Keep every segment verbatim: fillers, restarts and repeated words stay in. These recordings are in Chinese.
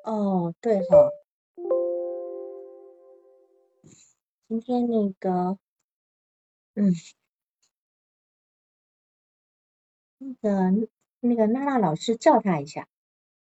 哦，对哈，今天那个，嗯，那个那个娜娜老师叫他一下。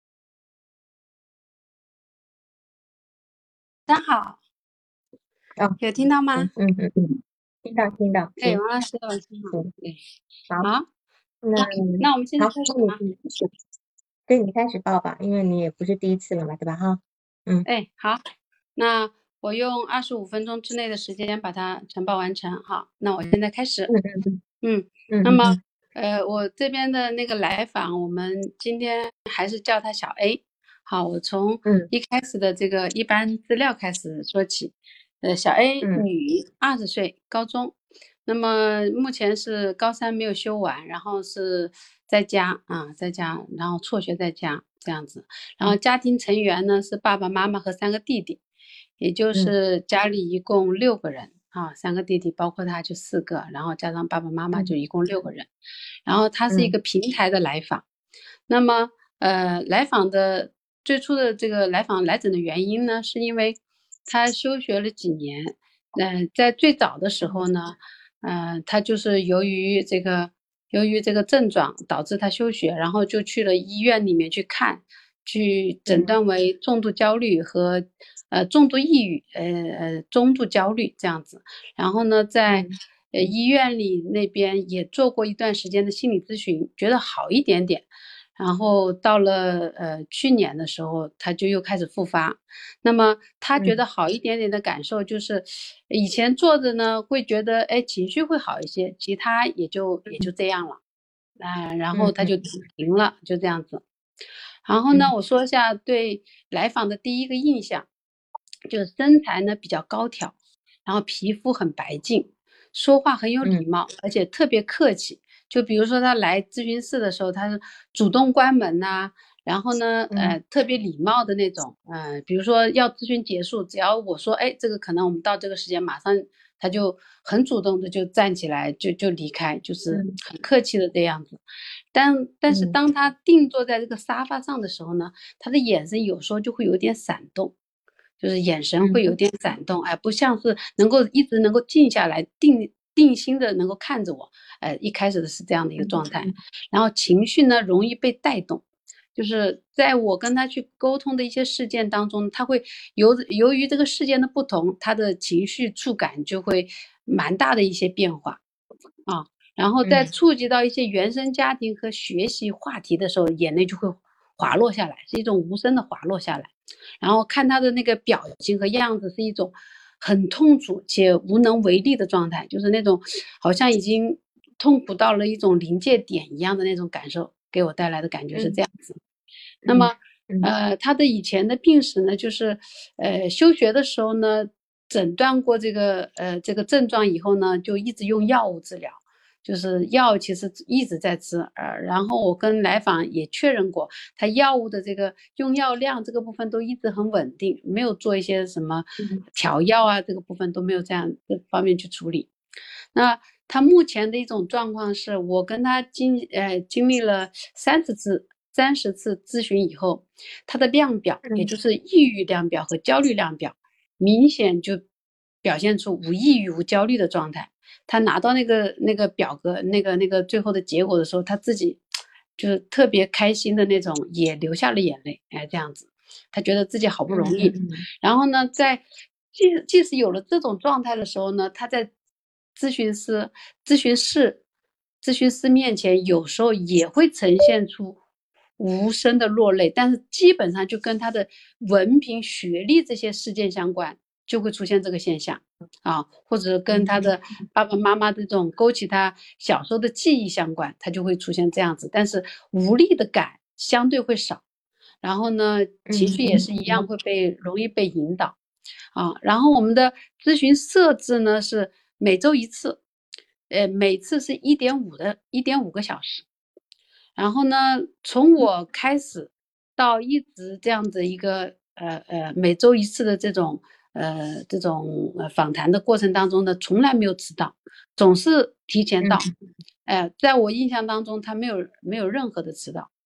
大家好， 哦， 有听到吗？ 嗯嗯嗯嗯，听到听到， 哎， 行王老师，晚上好。 行， 对， 好， 好， 那那那我们现在好， 开始吗？ 那你对你开始报吧，因为你也不是第一次了嘛，对吧？哈，嗯哎，好，那我用二十五分钟之内的时间把它晨报完成。好，那我现在开始。 嗯嗯嗯，那么， 嗯嗯嗯呃，我这边的那个来访，我们今天还是叫他小 A。好，我从嗯一开始的这个一般资料开始说起。呃，小 A 嗯女，二十岁，高中。那么目前是高三没有修完，然后是在家啊，在家，然后辍学在家这样子。然后嗯家庭成员呢是爸爸妈妈和三个弟弟，也就嗯是家里一共六个人啊，三个弟弟包括他就四个，然后加上爸爸妈妈就嗯一共六个人。然后他是一嗯个平台的来访。那么呃，来访的最初的这个来访来诊的原因呢，是因为他休学了几年。呃，在最早的时候呢，呃，他就是由于这个由于这个症状导致他休学，然后就去了医院里面去看，去诊嗯断为重度焦虑和呃重度抑郁，呃呃中度焦虑这样子。然后呢，在嗯呃医院里那边也做过一段时间的心理咨询，觉得好一点点。然后到了呃去年的时候，他就又开始复发。那么他觉嗯得好一点点的感受就是，以前做着呢会觉得哎情绪会好一些，其他也就也就这样了。啊、然后嗯嗯他就停了，就这样子。然后呢， 嗯我说一下对来访的第一个印象，就是身材呢比较高挑，然后皮肤很白净，说话很有礼嗯貌，而且特别客气。就比如说他来咨询室的时候，他是主动关门呐、然后呢，呃， 嗯特别礼貌的那种。呃，比如说要咨询结束，只要我说，哎，这个可能我们到这个时间，马上他就很主动的就站起来，就就离开，就是嗯很客气的这样子。但但是嗯当他定坐在这个沙发上的时候呢，他的眼神有时候就会有点闪动，就是眼神会有嗯点闪动。哎，不像是能够一直能够静下来，定定心的能够看着我。呃，一开始的是这样的一个状态。然后情绪呢容易被带动，就是在我跟他去沟通的一些事件当中，他会由由于这个事件的不同，他的情绪触感就会蛮大的一些变化啊。然后在嗯触及到一些原生家庭和学习话题的时候，眼泪就会滑落下来，是一种无声的滑落下来。然后看他的那个表情和样子，是一种很痛楚且无能为力的状态，就是那种好像已经痛苦到了一种临界点一样的那种感受，给我带来的感觉是这嗯样子。那么， 嗯呃，他的以前的病史呢，就是，呃，休学的时候呢，诊断过这个，呃，这个症状以后呢，就一直用药物治疗，就是药其实一直在吃。呃，然后我跟来访也确认过，他药物的这个用药量这个部分都一直很稳定，没有做一些什么嗯调药啊，这个部分都没有这样这方面去处理。那他目前的一种状况是，我跟他经呃经历了三十次三十次咨询以后，他的量表，也嗯就是抑郁量表和焦虑量表，明显就表现出无抑郁无焦虑的状态。他拿到那个那个表格那个那个最后的结果的时候，他自己就是特别开心的那种，也流下了眼泪。哎，这样子，他觉得自己好不容易。 嗯然后呢，在即即使有了这种状态的时候呢，他在咨询师、咨询室、咨询师面前，有时候也会呈现出无声的落泪，但是基本上就跟他的文凭、学历这些事件相关，就会出现这个现象啊，或者跟他的爸爸妈妈这种勾起他小时候的记忆相关，他就会出现这样子，但是无力的感相对会少。然后呢，情绪也是一样会被容易被引导啊。然后我们的咨询设置呢是每周一次，呃，每次是一点五的一点五个小时。然后呢，从我开始到一直这样子一个呃呃每周一次的这种呃这种呃访谈的过程当中呢，从来没有迟到，总是提前到。 嗯呃，在我印象当中，他没有没有任何的迟到。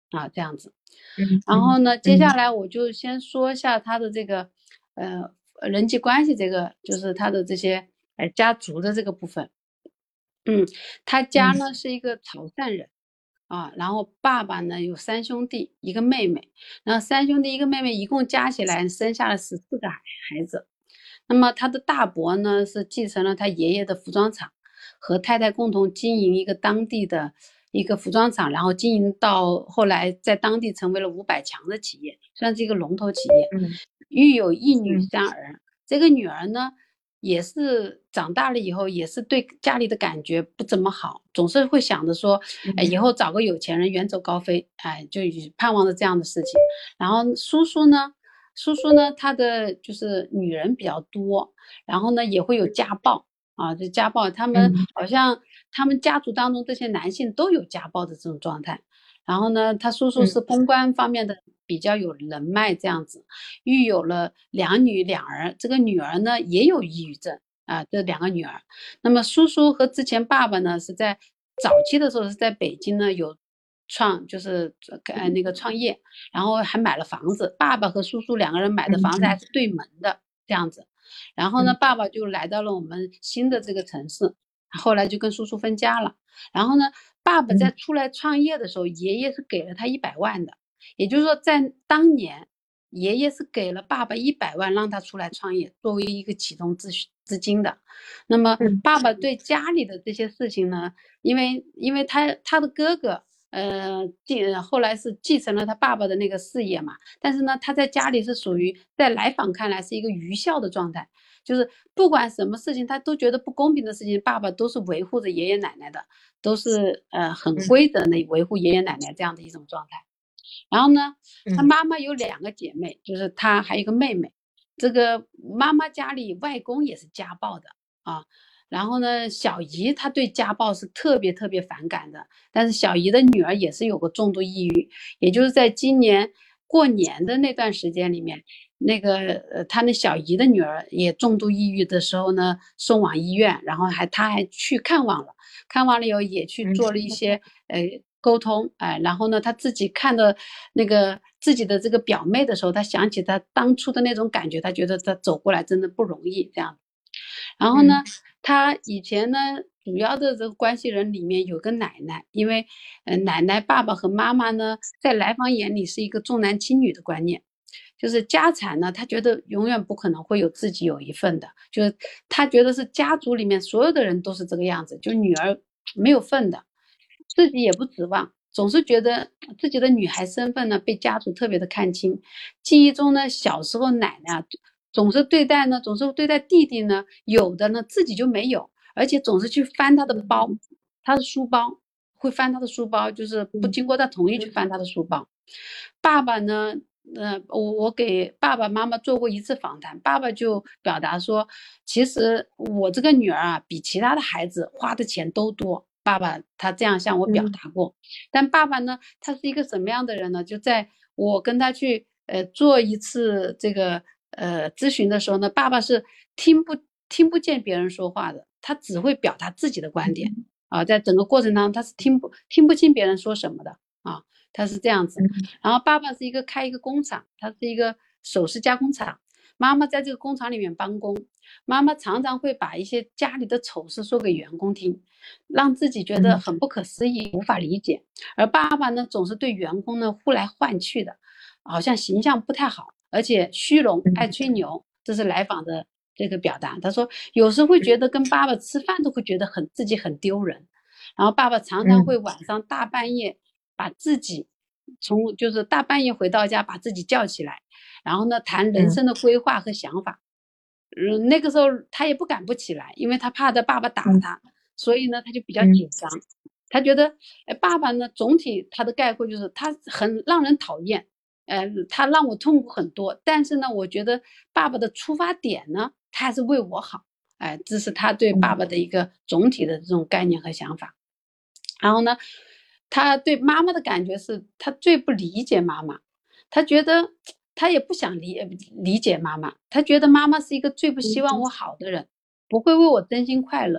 啊，这样子。 嗯嗯然后呢，接下嗯来我就先说一下他的这个呃人际关系，这个就是他的这些呃家族的这个部分。嗯，他家嗯呢是一个潮汕人啊，然后爸爸呢有三兄弟，一个妹妹，然后三兄弟一个妹妹，一共加起来生下了十四个孩孩子。那么他的大伯呢是继承了他爷爷的服装厂，和太太共同经营一个当地的一个服装厂，然后经营到后来在当地成为了五百强的企业，算是一个龙头企业。 嗯育有一女嗯三儿，这个女儿呢也是长大了以后也是对家里的感觉不怎么好，总是会想着说，哎，以嗯后找个有钱人远走高飞，哎，就盼望着这样的事情。然后叔叔呢，叔叔呢，他的就是女人比较多，然后呢也会有家暴啊，就家暴，他们嗯好像他们家族当中这些男性都有家暴的这种状态。然后呢，他叔叔是嗯公关方面的比较有人脉这样子，育有了两女两儿，这个女儿呢也有抑郁症啊，这两个女儿。那么叔叔和之前爸爸呢是在早期的时候是在北京呢有创就是呃那个创业，然后还买了房子，爸爸和叔叔两个人买的房子还嗯是对门的这样子。然后呢， 嗯爸爸就来到了我们新的这个城市，后来就跟叔叔分家了。然后呢，爸爸在嗯出来创业的时候，爷爷是给了他一百万的，也就是说，在当年，爷爷是给了爸爸一百万，让他出来创业，作为一个启动资资金的。那么， 嗯爸爸对家里的这些事情呢，因为因为他他的哥哥。呃，继后来是继承了他爸爸的那个事业嘛，但是呢，他在家里是属于在来访看来是一个愚孝的状态，就是不管什么事情，他都觉得不公平的事情，爸爸都是维护着爷爷奶奶的，都是呃很嗯规则的维护爷爷奶奶这样的一种状态。然后呢，他嗯妈妈有两个姐妹，就是他还有一个妹妹。这个妈妈家里外公也是家暴的啊。然后呢，小姨她对家暴是特别特别反感的，但是小姨的女儿也是有个重度抑郁，也就是在今年过年的那段时间里面，那个呃，他那小姨的女儿也重度抑郁的时候呢，送往医院，然后还他还去看望了，看望了以后也去嗯做了一些呃沟通，哎，然后呢，他自己看的那个自己的这个表妹的时候，他想起他当初的那种感觉，他觉得他走过来真的不容易这样。然后呢， 嗯他以前呢，主要的这个关系人里面有个奶奶，因为呃奶奶、爸爸和妈妈呢，在来访眼里是一个重男轻女的观念。就是家产呢，他觉得永远不可能会有自己有一份的，就是他觉得是家族里面所有的人都是这个样子，就女儿没有份的，自己也不指望，总是觉得自己的女孩身份呢被家族特别的看轻。记忆中呢，小时候奶奶啊总是对待呢，总是对待弟弟呢，有的呢自己就没有，而且总是去翻他的包，他的书包，会翻他的书包，就是不嗯经过他同意去翻他的书包。爸爸呢，呃，我我给爸爸妈妈做过一次访谈，爸爸就表达说，其实我这个女儿啊，比其他的孩子花的钱都多。爸爸他这样向我表嗯达过，但爸爸呢，他是一个什么样的人呢？就在我跟他去呃做一次这个呃咨询的时候呢，爸爸是听不听不见别人说话的，他只会表达自己的观点啊，在整个过程当中他是听不听不清别人说什么的啊，他是这样子。 嗯然后爸爸是一个开一个工厂，他是一个首饰加工厂，妈妈在这个工厂里面帮工，妈妈常常会把一些家里的丑事说给员工听，让自己觉得嗯很不可思议，无法理解。而爸爸呢，总是对员工呢呼来唤去的，好像形象不太好，而且虚荣，爱嗯吹牛，这是来访的这个表达。他说有时会觉得跟爸爸吃饭都会觉得很自己很丢人，然后爸爸常常会嗯晚上大半夜把自己从就是大半夜回到家把自己叫起来，然后呢谈人嗯生的规划和想法。嗯，那个时候他也不敢不起来，因为他怕他爸爸打嗯他，所以呢他就比较嗯紧张。他觉得，哎，爸爸呢总体他的概括就是他很让人讨厌，呃，他让我痛苦很多。但是呢，我觉得爸爸的出发点呢，他还是为我好，哎，这是他对爸嗯爸的一个总体的这种概念和想法。然后呢，他对妈妈的感觉是他最不理解妈妈，他觉得他也不想理理解妈妈，他觉得妈妈是一个最不希望我好的人，不会为我真心快乐。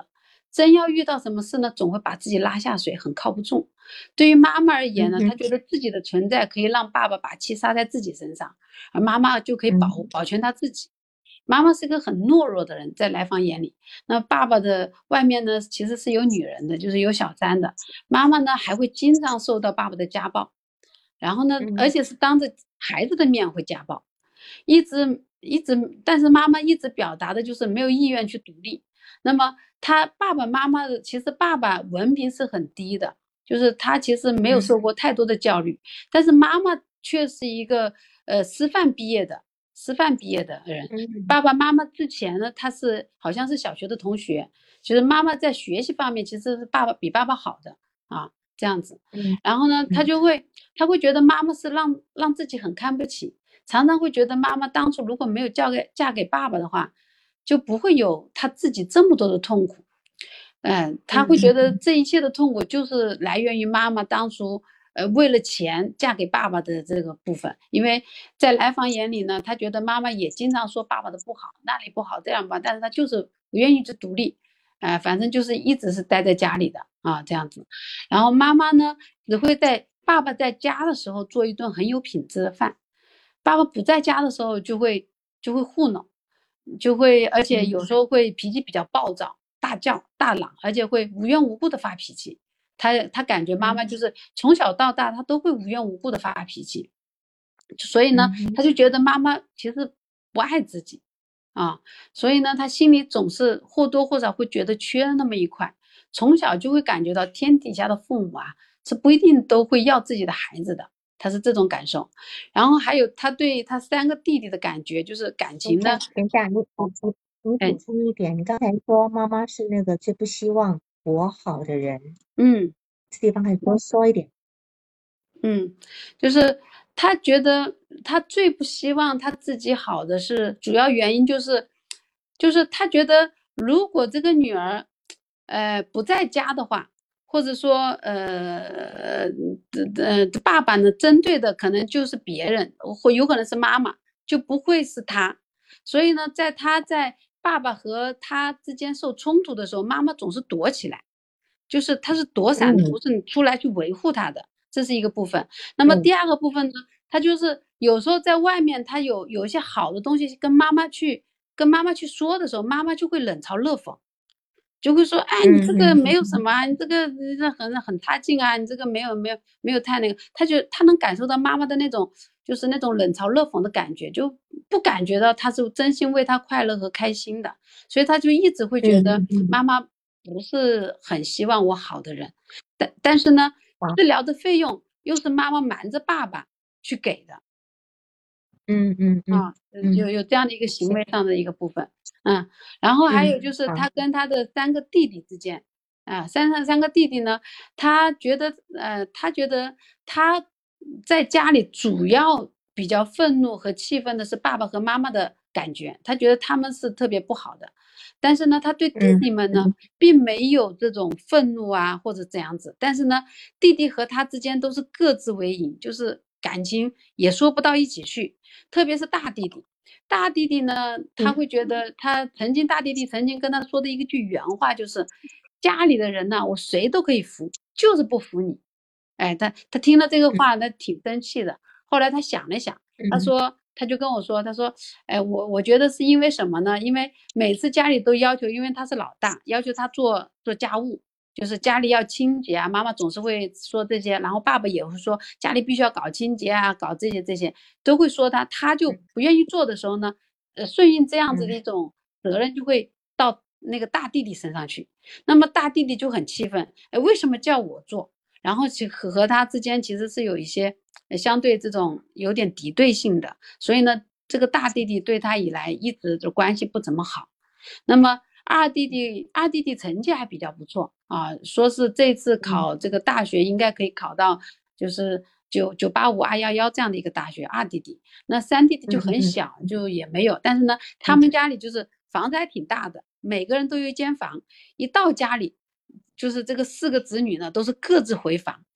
真要遇到什么事呢，总会把自己拉下水，很靠不住。对于妈妈而言呢，她嗯哼， 觉得自己的存在可以让爸爸把气撒在自己身上，而妈妈就可以保护嗯保全她自己。妈妈是个很懦弱的人，在来访眼里，那爸爸的外面呢，其实是有女人的，就是有小三的。妈妈呢，还会经常受到爸爸的家暴，然后呢，而嗯且是当着孩子的面会家暴，一直一直，但是妈妈一直表达的就是没有意愿去独立。那么他爸爸妈妈的，其实爸爸文凭是很低的，就是他其实没有嗯受过太多的教育，但是妈妈却是一个呃师范毕业的师范毕业的人。 嗯爸爸妈妈之前呢，他是好像是小学的同学，其实妈妈在学习方面其实是爸爸比爸爸好的啊，这样子。 嗯然后呢，他嗯就会他会觉得妈妈是让让自己很看不起，常常会觉得妈妈当初如果没有嫁给嫁给爸爸的话，就不会有他自己这么多的痛苦。嗯，他会觉得嗯这一切的痛苦就是来源于妈妈当初呃为了钱嫁给爸爸的这个部分。因为在来访眼里呢，他觉得妈妈也经常说爸爸的不好，那里不好这样吧，但是他就是不愿意去独立，呃，反正就是一直是待在家里的啊这样子。然后妈妈呢，只会在爸爸在家的时候做一顿很有品质的饭，爸爸不在家的时候就会就会糊弄，就会而且有时候会脾气比较暴躁，大叫大嚷，而且会无缘无故的发脾气。他他感觉妈妈嗯就是从小到大他都会无缘无故的发脾气，所以呢， 嗯他就觉得妈妈其实不爱自己啊，所以呢，他心里总是或多或少会觉得缺了那么一块。从小就会感觉到天底下的父母啊，是不一定都会要自己的孩子的，他是这种感受。然后还有他对他三个弟弟的感觉，就是感等一下， 情呢， 等一下，你你你你补哎， 充一点，你刚才说妈妈是那个最不希望我好的人， 嗯。 这地方可以多说一点。 嗯，就是他觉得他最不希望他自己好的是主要原因就是，就是他觉得如果这个女儿，呃不在家的话，或者说呃呃爸爸呢针对的可能就是别人，或有可能是妈妈，就不会是他。所以呢，在他在爸爸和他之间受冲突的时候，妈妈总是躲起来，就是他是躲闪的， 嗯不是出来去维护他的。这是一个部分。那么嗯第二个部分呢，他就是有时候在外面，他有有一些好的东西跟妈妈去跟妈妈去说的时候，妈妈就会冷嘲热讽，就会说，哎，你这个嗯嗯没有什么啊，你这个这很很差劲啊，你这个没有没有没有太那个，他就他能感受到妈妈的那种就是那种冷嘲热讽的感觉，就不感觉到他是真心为他快乐和开心的，所以他就一直会觉得嗯嗯， 妈妈不是很希望我好的人。但但是呢， 好， 治疗的费用又是妈妈瞒着爸爸去给的。 嗯嗯嗯啊，呃有嗯， 有这样的一个行行， 为上的一个部分。嗯，然后还有嗯就是好， 他跟他的三个弟弟之间，啊，三三三个弟弟呢，他觉得，呃，他觉得他在家里主要比较愤怒和气愤的是爸爸和妈妈的感觉，他觉得他们是特别不好的。但是呢，他对弟嗯弟们呢， 嗯并没有这种愤怒啊，或者这样子。但是呢，弟弟和他之间都是各自为营，就是感情也说不到一起去。特别是大弟弟，大弟弟呢，他嗯会觉得他曾经大弟弟曾经跟他说的一句原话就是，家里的人呢，我谁都可以服，就是不服你。哎，他他听了这个嗯话，他挺生气的。后来他想了想，他嗯说，他就跟我说，他说，哎，我我觉得是因为什么呢？因为每次家里都要求，因为他是老大，要求他做做家务，就是家里要清洁啊，妈妈总是会说这些，然后爸爸也会说家里必须要搞清洁啊，搞这些这些，都会说他，他就嗯不愿意做的时候呢，呃，顺应这样子的嗯一种责任就会到那个大弟弟身上去，那么大弟弟就很气愤，哎，为什么叫我做？然后其和和他之间其实是有一些呃相对这种有点敌对性的，所以呢，这个大弟弟对他以来一直就关系不怎么好。那么二弟弟二弟弟成绩还比较不错啊，说是这次嗯考这个大学应该可以考到就是九九八五二幺幺这样的一个大学。二弟弟，那三弟弟就嗯嗯很小，就也没有。但是呢，他嗯们家里就是房子还挺大的，每个人都有一间房。一到家里，就是这个四个子女呢都是各自回房，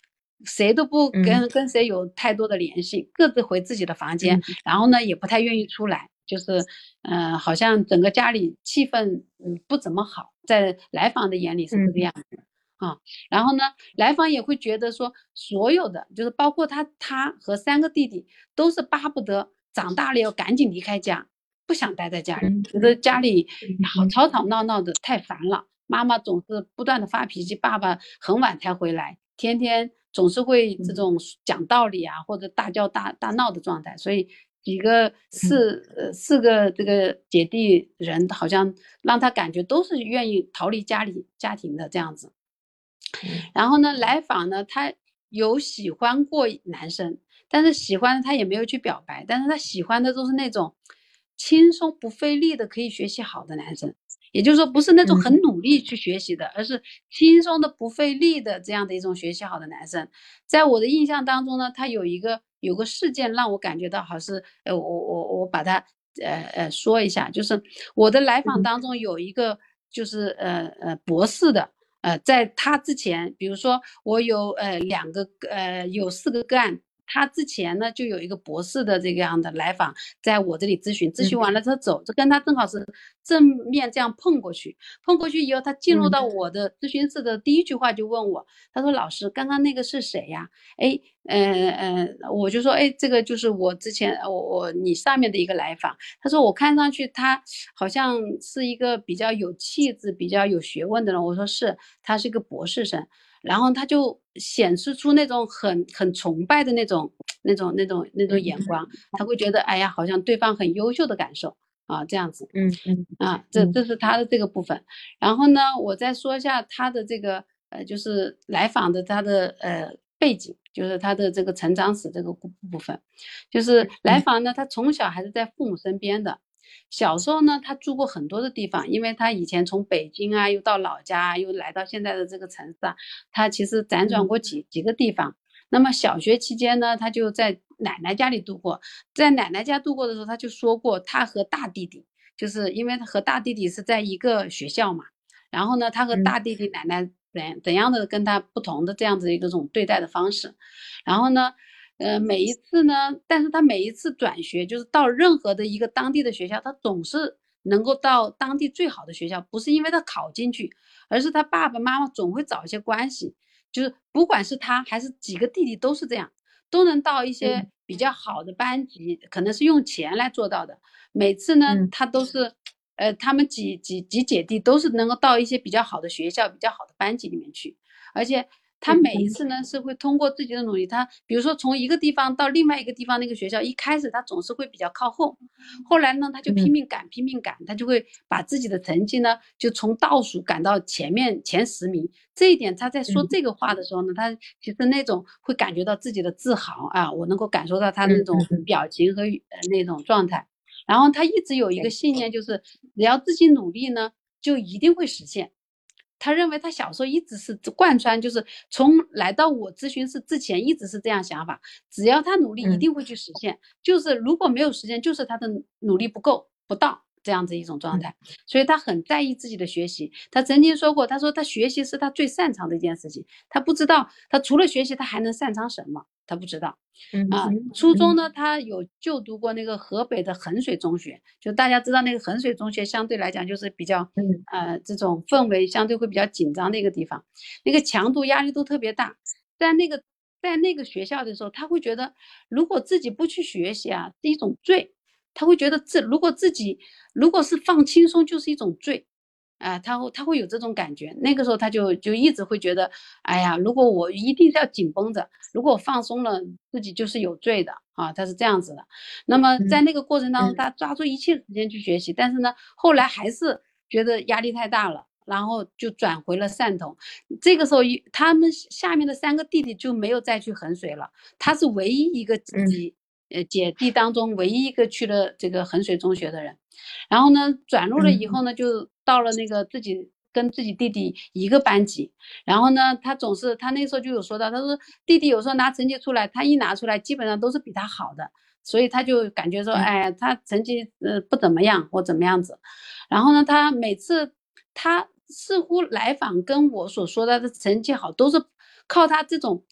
谁都不嗯跟跟谁有太多的联系，各自回自己的房间， 嗯然后呢也不太愿意出来，就是嗯、呃好像整个家里气氛嗯不怎么好，在来访的眼里是这个嗯样子啊。然后呢，来访也会觉得说，所有的就是包括他他和三个弟弟都是巴不得长大了要赶紧离开家，不想待在家里， 嗯觉得家里嗯好吵吵闹闹的太烦了。妈妈总是不断的发脾气，爸爸很晚才回来，天天总是会这种讲道理啊，或者大叫大大闹的状态，所以几个嗯四呃四个这个姐弟人好像让他感觉都是愿意逃离家里家庭的这样子。 嗯然后呢，来访呢，他有喜欢过男生，但是喜欢他也没有去表白，但是他喜欢的都是那种轻松不费力的可以学习好的男生，也就是说不是那种很嗯努力去学习的，而是轻松的不费力的这样的一种学习好的男生。在我的印象当中呢，他有一个有个事件让我感觉到好是，呃，我我我把它呃呃说一下，就是我的来访嗯当中有一个就是呃呃博士的。呃，在他之前，比如说我有呃两个呃有四个个案，他之前呢就有一个博士的这个样的来访，在我这里咨询，咨询完了他走，这跟他正好是正面这样碰过去，碰过去以后，他进入嗯到我的咨询室的第一句话就问我，他说老师，刚刚那个是谁呀？哎，呃呃，我就说，哎，这个就是我之前我我你上面的一个来访，他说我看上去他好像是一个比较有气质、比较有学问的人，我说是。他是个博士生，然后他就显示出那种很很崇拜的那种那种那种那种眼光，他会觉得哎呀，好像对方很优秀的感受啊，这样子嗯嗯啊，这嗯这是他的这个部分。然后呢，我再说一下他的这个呃，就是来访的他的呃背景，就是他的这个成长史这个部分，就是来嗯访呢，他从小还是在父母身边的。小时候呢，他住过很多的地方，因为他以前从北京啊，又到老家，又来到现在的这个城市啊，他其实辗转过几几个地方。那么小学期间呢，他就在奶奶家里度过，在奶奶家度过的时候，他就说过，他和大弟弟，就是因为他和大弟弟是在一个学校嘛，然后呢，他和嗯大弟弟奶奶怎怎样的跟他不同的这样子一个这种对待的方式，然后呢。呃，每一次呢，但是他每一次转学，就是到任何的一个当地的学校，他总是能够到当地最好的学校，不是因为他考进去，而是他爸爸妈妈总会找一些关系，就是不管是他还是几个弟弟都是这样，都能到一些嗯比较好的班级，可能是用钱来做到的。每次呢， 嗯他都是，呃，他们几几几姐弟都是能够到一些比较好的学校、比较好的班级里面去，而且。他每一次呢是会通过自己的努力，他比如说从一个地方到另外一个地方，那个学校一开始他总是会比较靠后，后来呢他就拼嗯命赶，拼命赶，他就会把自己的成绩呢就从倒数赶到前面前十名。这一点他在说嗯这个话的时候呢，他其实那种会感觉到自己的自豪啊，我能够感受到他的那种嗯嗯表情和呃那种状态。然后他一直有一个信念，就是只要自己努力呢，就一定会实现。他认为他小时候一直是贯穿，就是从来到我咨询室之前一直是这样想法，只要他努力一嗯定会去实现，就是如果没有实现，就是他的努力不够不到这样子一种状态，所以他很在意自己的学习。他曾经说过，他说他学习是他最擅长的一件事情，他不知道他除了学习他还能擅长什么，他不知道。啊， 嗯嗯嗯初中呢，他有就读过那个河北的衡水中学，就大家知道那个衡水中学相对来讲就是比较， 嗯呃，这种氛围相对会比较紧张的一个地方，那个强度压力都特别大，在那个在那个学校的时候，他会觉得如果自己不去学习啊，是一种罪，他会觉得自如果自己如果是放轻松就是一种罪。啊，他会他会有这种感觉，那个时候他就就一直会觉得，哎呀，如果我一定是要紧绷着，如果我放松了，自己就是有罪的啊，他是这样子的。那么在嗯那个过程当中，他抓住一切时间去学习，但是呢，后来还是觉得压力太大了，然后就转回了汕头。这个时候，一他们下面的三个弟弟就没有再去衡水了，他是唯一一个自嗯己呃姐弟当中唯一一个去了这个衡水中学的人。然后呢，转入了以后呢，就到了那个自己跟自己弟弟一个班级。然后呢，他总是他那时候就有说到，他说弟弟有时候拿成绩出来，他一拿出来基本上都是比他好的，所以他就感觉说，哎，他成绩呃不怎么样或怎么样子。然后呢，他每次他似乎来访跟我所说的的成绩好，都是靠他这种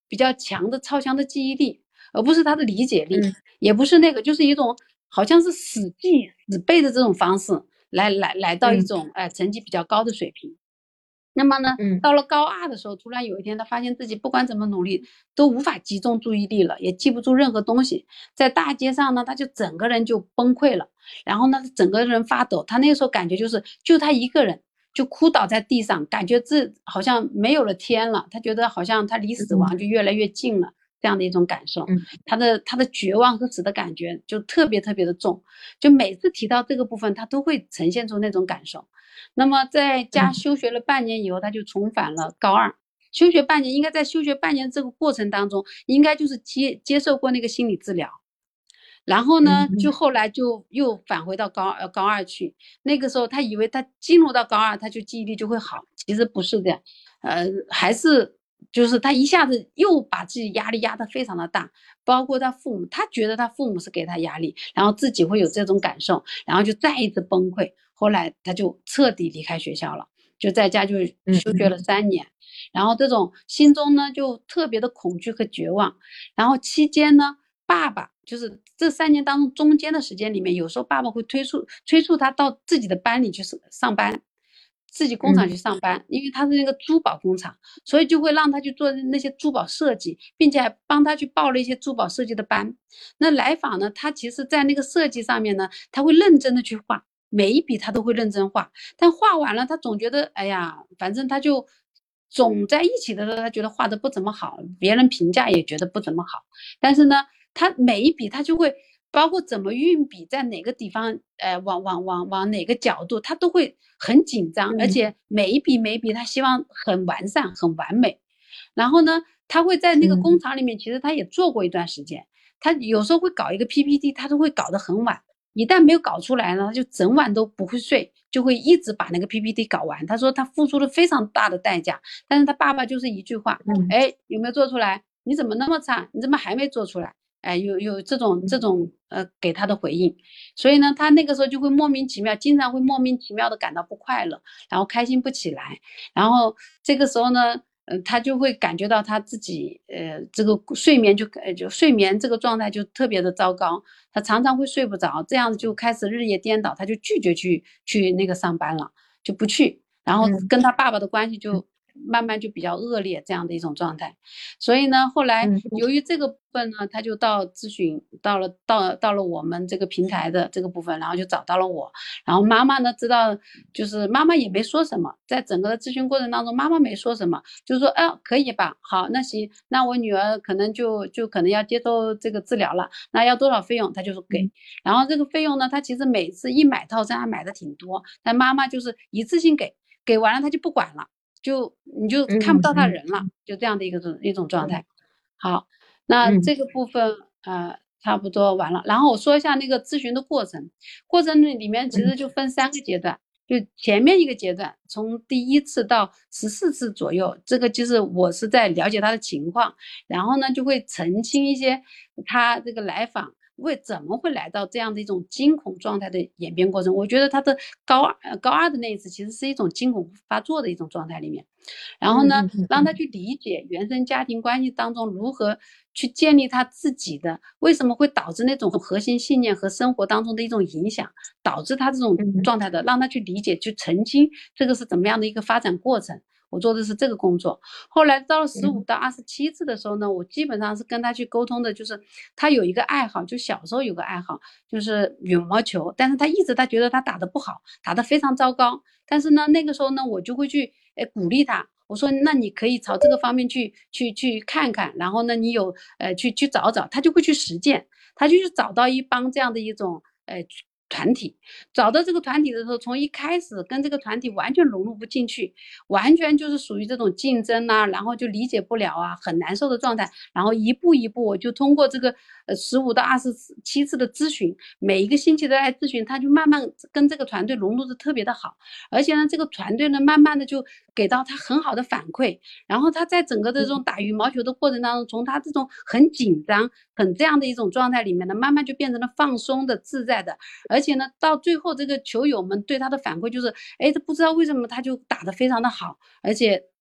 比较强的超强的记忆力，而不是他的理解力， 嗯也不是那个，就是一种好像是死记死背的这种方式来来来到一嗯种哎成绩比较高的水平。那么呢， 嗯到了高二的时候，突然有一天，他发现自己不管怎么努力，都无法集中注意力了，也记不住任何东西。在大街上呢，他就整个人就崩溃了，然后呢，整个人发抖。他那个时候感觉就是，就他一个人就哭倒在地上，感觉这好像没有了天了。他觉得好像他离死嗯亡就越来越近了，这样的一种感受。 嗯他的他的绝望和死的感觉就特别特别的重，就每次提到这个部分，他都会呈现出那种感受。那么在家嗯休学了半年以后，他就重返了高二。休学半年，应该在休学半年这个过程当中，应该就是接接受过那个心理治疗，然后呢，就嗯后来就又返回到高二高二去。那个时候他以为他进入到高二，他就记忆力就会好，其实不是这样，呃，还是就是他一下子又把自己压力压得非常的大，包括他父母，他觉得他父母是给他压力，然后自己会有这种感受，然后就再一次崩溃。后来他就彻底离开学校了，就在家就休学了三年，然后这种心中呢就特别的恐惧和绝望。然后期间呢，爸爸就是这三年当中中间的时间里面，有时候爸爸会推促催促他到自己的班里去上班，自己工厂去上班，因为他是那个珠宝工厂，所以就会让他去做那些珠宝设计，并且还帮他去报了一些珠宝设计的班。那来访呢，他其实在那个设计上面呢，他会认真的去画，每一笔他都会认真画，但画完了他总觉得，哎呀，反正他就总在一起的时候，他觉得画的不怎么好，别人评价也觉得不怎么好。但是呢，他每一笔他就会包括怎么运笔，在哪个地方，呃，往往往往哪个角度，他都会很紧张，而嗯且每一笔每一笔他希望很完善、很完美。然后呢，他会在那个工嗯厂里面，其实他也做过一段时间，他有时候会搞一个 P P T，他都会搞得很晚。一旦没有搞出来呢，他就整晚都不会睡，就会一直把那个 P P T 搞完。他说他付出了非常大的代价，但是他爸爸就是一句话， 嗯哎，有没有做出来？你怎么那么差？你怎么还没做出来？哎，有有这种这种呃给他的回应，所以呢，他那个时候就会莫名其妙，经常会莫名其妙的感到不快乐，然后开心不起来，然后这个时候呢，呃，他就会感觉到他自己呃这个睡眠就呃就睡眠这个状态就特别的糟糕，他常常会睡不着，这样子就开始日夜颠倒，他就拒绝去去那个上班了，就不去，然后嗯跟他爸爸的关系就慢慢就比较恶劣，这样的一种状态。所以呢，后来嗯由于这个部分呢，他就到咨询，到了到到了我们这个平台的这个部分，然后就找到了我。然后妈妈呢，知道就是妈妈也没说什么，在整个的咨询过程当中，妈妈没说什么，就是说，哎，可以吧？好，那行，那我女儿可能就就可能要接受这个治疗了，那要多少费用？他就是给。然后这个费用呢，他其实每次一买套餐还买的挺多，但妈妈就是一次性给，给完了他就不管了。就你就看不到他嗯人了，就这样的一个种一种状嗯态。好，那嗯这个部分呃差不多完了，然后我说一下那个咨询的过程，过程里面其实就分三个阶段，就前面一个阶段，从第一次到十四次左右，这个就是我是在了解他的情况，然后呢就会澄清一些他这个来访为怎么会来到这样的一种惊恐状态的演变过程。我觉得他的高二高二的那一次其实是一种惊恐发作的一种状态里面，然后呢让他去理解原生家庭关系当中如何去建立他自己的，为什么会导致那种核心信念和生活当中的一种影响，导致他这种状态的，让他去理解去澄清这个是怎么样的一个发展过程。我做的是这个工作。后来到了十五到二十七次的时候呢，我基本上是跟他去沟通的，就是他有一个爱好，就小时候有个爱好，就是羽毛球，但是他一直他觉得他打得不好，打得非常糟糕。但是呢，那个时候呢，我就会去呃鼓励他，我说那你可以朝这个方面去去去看看，然后呢，你有呃去去找找，他就会去实践，他就去找到一帮这样的一种呃团体，找到这个团体的时候，从一开始跟这个团体完全融入不进去，完全就是属于这种竞争啊，然后就理解不了啊，很难受的状态。然后一步一步，我就通过这个呃十五到二十七次的咨询，每一个星期都来咨询，他就慢慢跟这个团队融入的特别的好，而且呢，这个团队呢，慢慢的就给到他很好的反馈。然后他在整个的这种打羽毛球的过程当中，从他这种很紧张、很这样的一种状态里面呢，慢慢就变成了放松的、自在的。而且呢，到最后这个球友们对他的反馈就是，哎，他不知道为什么他就打得非常的好，而且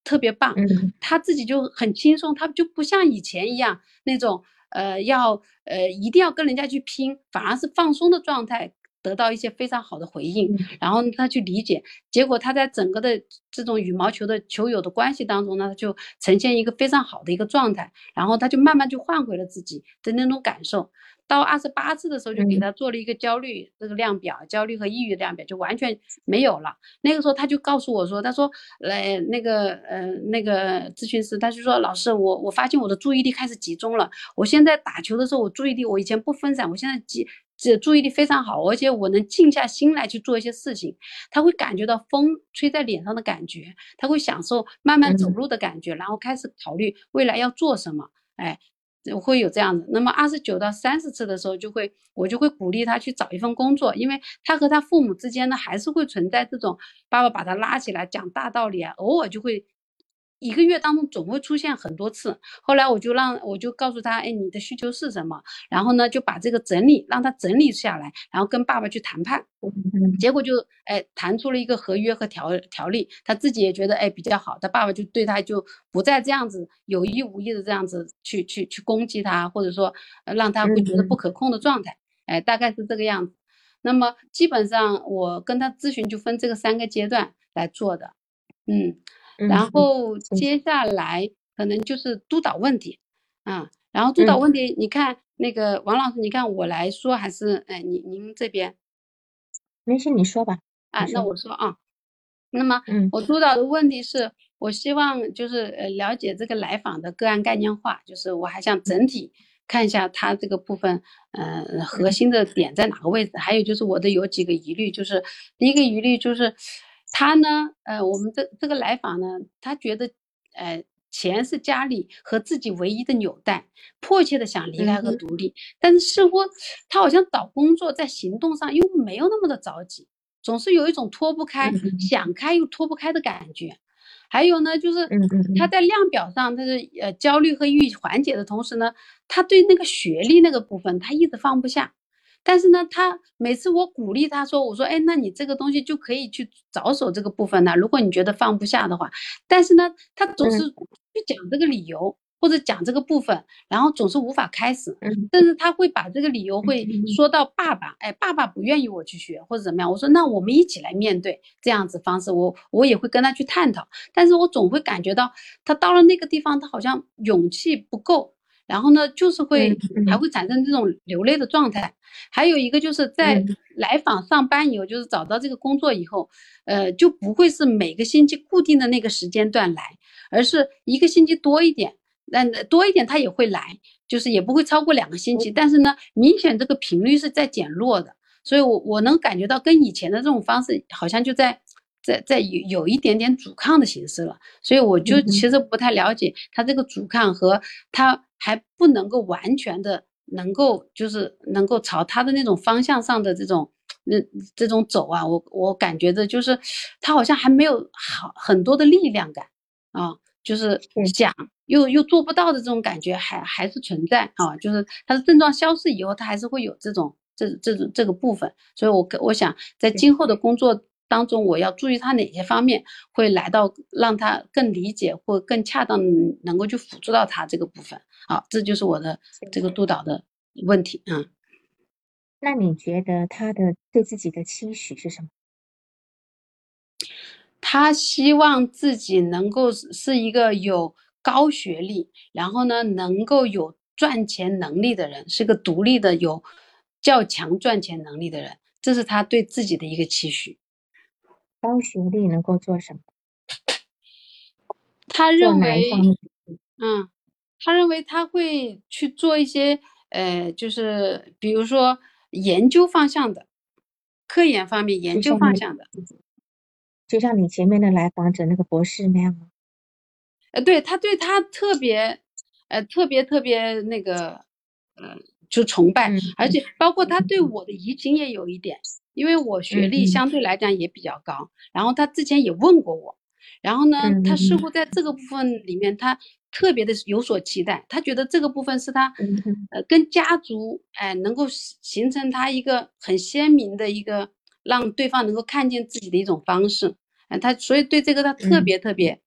特别棒， 嗯他自己就很轻松，他就不像以前一样那种呃要呃一定要跟人家去拼，反而是放松的状态，得到一些非常好的回应， 嗯然后他去理解，结果他在整个的这种羽毛球的球友的关系当中呢，就呈现一个非常好的一个状态，然后他就慢慢就换回了自己的那种感受。到二十八次的时候，就给嗯他做了一个焦虑这个量表，焦虑和抑郁量表就完全没有了。那个时候他就告诉我说，他说，呃，那个呃那个咨询师，他就说，老师，我我发现我的注意力开始集中了。我现在打球的时候，我注意力我以前不分散，我现在集这注意力非常好，而且我能静下心来去做一些事情。他会感觉到风吹在脸上的感觉，他会享受慢慢走嗯路的感觉，然后开始考虑未来要做什么。哎，我会有这样子。那么二十九到三十次的时候，就会我就会鼓励他去找一份工作，因为他和他父母之间呢，还是会存在这种爸爸把他拉起来讲大道理啊，偶尔就会。一个月当中总会出现很多次，后来我就让我就告诉他，哎，你的需求是什么？然后呢，就把这个整理，让他整理下来，然后跟爸爸去谈判。 嗯结果就哎谈出了一个合约和条条例，他自己也觉得哎比较好，他爸爸就对他就不再这样子有意无意的这样子去去去攻击他，或者说呃让他会觉得不嗯可控的状态，哎大概是这个样子。那么基本上我跟他咨询就分这个三个阶段来做的，嗯，然嗯嗯， 后谢谢。 接下来可能就是督导问题啊，然后督导嗯， 问题，你看那个王老师，你看我来说还是哎您您这边没事，你说吧， 啊？那你说。 我说啊。那么嗯我督导的问题是，我希望就是呃了解这个来访的个案概念化，就是我还想整体看一下他这个部分，呃，核嗯心的点在哪个位置。还有就是我的有几个疑虑，就是第一个疑虑就是他呢，呃，我们这这个来访呢，他觉得呃钱是家里和自己唯一的纽带，迫切的想离开和嗯哼独立，但是似乎他好像找工作在行动上又没有那么的着急。总是有一种脱不开， 嗯嗯想开又脱不开的感觉。还有呢，就是嗯嗯嗯他在量表上，他是呃焦虑和抑郁缓解的同时呢，他对那个学历那个部分他一直放不下。但是呢，他每次我鼓励他说，我说，哎，那你这个东西就可以去着手这个部分呢，如果你觉得放不下的话。但是呢，他总是嗯去讲这个理由或者讲这个部分，然后总是无法开始。 嗯甚至他会把这个理由会嗯说到爸爸，哎，爸爸不愿意我去学或者怎么样，我说那我们一起来面对这样子方式，我我也会跟他去探讨，但是我总会感觉到他到了那个地方，他好像勇气不够，然后呢，就是嗯会还会产生这种流泪的状态。还有一个就是在嗯来访上班以后，就是找到这个工作以后，呃，就不会是每个星期固定的那个时间段来，而是一个星期多一点，那多一点他也会来。就是也不会超过两个星期，但是呢，明显这个频率是在减弱的，所以我我能感觉到跟以前的这种方式好像就在在在有有一点点阻抗的形式了，所以我就嗯其实不太了解他这个阻抗和他还不能够完全的能够就是能够朝他的那种方向上的这种那这种走啊，我我感觉的就是他好像还没有好很多的力量感啊。就是是想又又做不到的这种感觉还还是存在啊，就是他的症状消失以后，他还是会有这种这这种这个部分，所以我我想在是今后的工作当中，我要注意他哪些方面会来到让他更理解或更恰当能够去辅助到他这个部分。好，这就是我的是。 这个督导的问题。嗯。 那你觉得他的对自己的期许是什么？ 他希望自己能够是是一个有高学历，然后呢，能够有赚钱能力的人，是个独立的、有较强赚钱能力的人，这是他对自己的一个期许。 高学历能够做什么？ 他做认为， 哪一方面？ 嗯，他认为他会去做一些，呃，就是比如说研究方向的、科研方面研究就像你方向的。 就像你前面的来访者那个博士那样吗？ 呃，对，他对他特别，呃，特别特别那个，呃，就崇拜， 嗯而且包括他对嗯我的移情也有一点，因为我学历嗯嗯相对来讲也比较高，然后他之前也问过我，然后呢，他似嗯嗯乎在这个部分里面，他特别的有所期待，他觉得这个部分是他， 嗯嗯呃，跟家族，哎、能够形形成他一个很鲜明的一个让对方能够看见自己的一种方式，嗯、他所以对这个他特嗯别特别。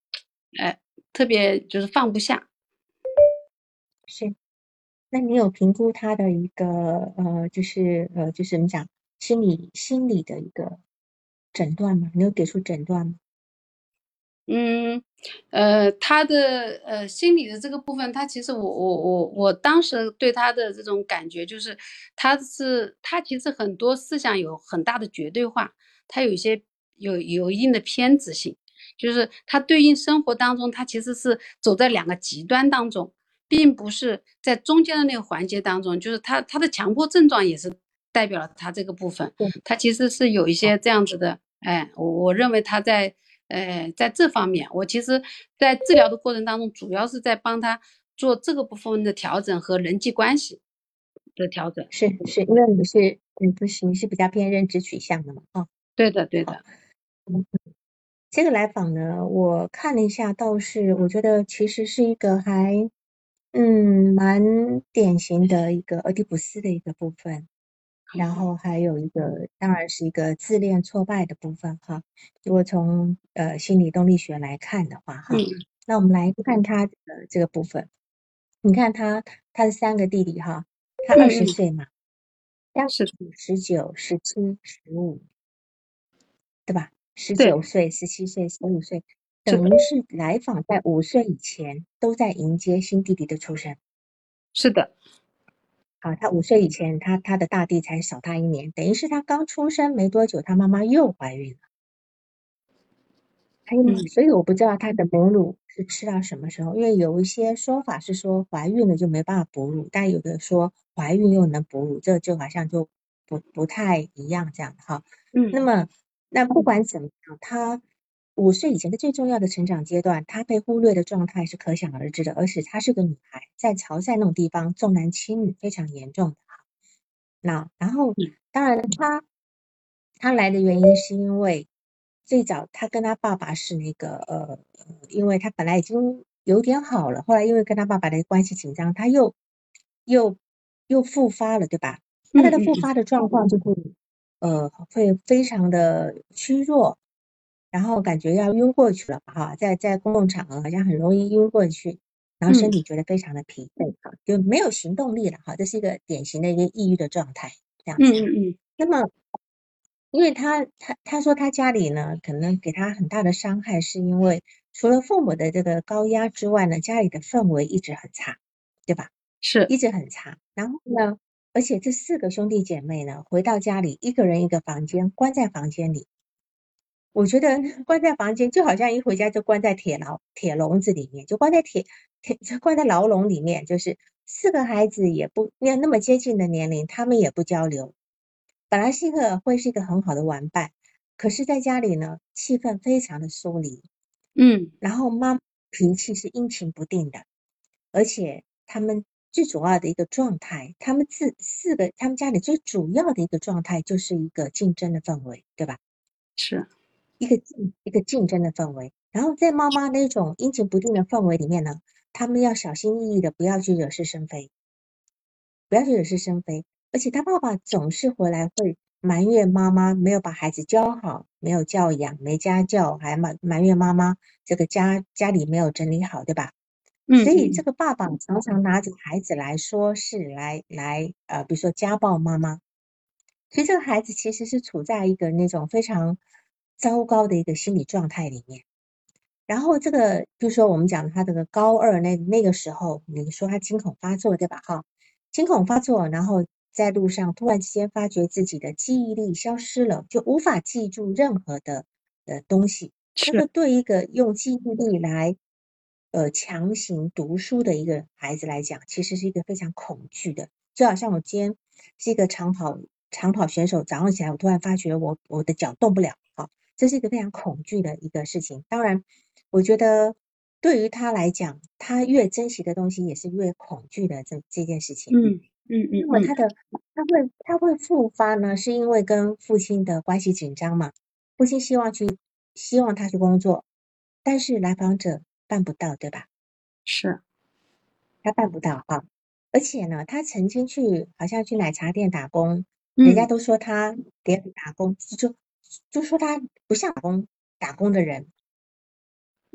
哎，特别就是放不下。 是。那你有评估他的一个呃，就是呃，就是怎么讲，心理心理的一个诊断吗？你有给出诊断吗？ 嗯，呃，他的呃心理的这个部分，他其实我我我我当时对他的这种感觉就是，他是他其实很多思想有很大的绝对化，他有一些有有一定的偏执性，就是他对应生活当中，他其实是走在两个极端当中，并不是在中间的那个环节当中，就是他他的强迫症状也是代表了他这个部分， 对。 他其实是有一好。 些这样子的，哎，我我认为他在。呃，在这方面，我其实，在治疗的过程当中，主要是在帮他做这个部分的调整和人际关系的调整。 是是，因为你是你不是你是比较偏认知取向的嘛？哦， 对的，对好。 的。 嗯，这个来访呢，我看了一下，倒是我觉得其实是一个还嗯蛮典型的一个俄狄浦斯的一个部分。然后还有一个，当然是一个自恋挫败的部分哈。如果从呃心理动力学来看的话哈， 嗯那我们来看他的这个部分。你看他他的三个弟弟哈，他二十嗯嗯， 岁嘛，这是的， 十九、十七、十五，对吧？十对， 九岁、十七岁、十五岁， 是的， 等于是来访在五岁以前都在迎接新弟弟的出生。 是的。 好，他五岁以前，他他的大弟才小他一年，等于是他刚出生没多久，他妈妈又怀孕了。还有， 嗯所以我不知道他的母乳是吃到什么时候，因为有一些说法是说怀孕了就没办法哺乳，但有的说怀孕又能哺乳，这就好像就不不太一样这样哈。那嗯么，那不管怎么样，他五岁以前的最重要的成长阶段，他被忽略的状态是可想而知的，而且她是个女孩，在潮汕那种地方重男轻女非常严重的哈。那然后， 嗯当然他他来的原因是因为最早他跟他爸爸是那个呃呃，因为他本来已经有点好了，后来因为跟他爸爸的关系紧张，他又又又复发了，对吧？那他的嗯嗯嗯复发的状况就是呃会非常的虚弱，然后感觉要晕过去了哈，在在公共场合好像很容易晕过去，然后身嗯体觉得非常的疲惫哈，就没有行动力了哈，这是一个典型的一个抑郁的状态，这样嗯子。 嗯嗯， 那么，因为他他他说他家里呢，可能给他很大的伤害，是因为除了父母的这个高压之外呢，家里的氛围一直很差，对吧？ 是一直很差。然后呢，而且这四个兄弟姐妹呢，回到家里，一个人一个房间，关在房间里。我觉得关在房间就好像一回家就关在铁牢铁笼子里面，就关在铁铁就关在牢笼里面，就是四个孩子也不没有那么接近的年龄，他们也不交流。本来是一个会是一个很好的玩伴，可是在家里呢，气氛非常的疏离。 嗯然后妈脾气是阴晴不定的，而且他们最主要的一个状态，他们自四个他们家里最主要的一个状态就是一个竞争的氛围，对吧？ 是， 一个竞一个竞争的氛围。然后在妈妈那种阴晴不定的氛围里面呢，他们要小心翼翼的，不要去惹是生非，不要去惹是生非。而且他爸爸总是回来会埋怨妈妈没有把孩子教好，没有教养，没家教，还埋埋怨妈妈这个家家里没有整理好，对吧？所以这嗯嗯个爸爸常常拿着孩子来说是来来呃，比如说家暴妈妈。所以这个孩子其实是处在一个那种非常糟糕的一个心理状态里面。然后这个，比如说我们讲他这个高二那那个时候，你说他惊恐发作，对吧？哈，惊恐发作，然后在路上突然之间发觉自己的记忆力消失了，就无法记住任何的呃东西。这个是， 对一个用记忆力来呃强行读书的一个孩子来讲，其实是一个非常恐惧的。就好像我今天是一个长跑长跑选手，早上起来我突然发觉我我的脚动不了，好，这是一个非常恐惧的一个事情。当然。我觉得对于他来讲，他越珍惜的东西也是越恐惧的这这件事情。 嗯嗯嗯嗯那么他的他会他会复发呢，是因为跟父亲的关系紧张嘛？父亲希望去希望他去工作，但是来访者办不到，对吧？ 是， 他办不到哈。而且呢，他曾经去好像去奶茶店打工，人家嗯都说他连打工就就说他不像打工打工的人。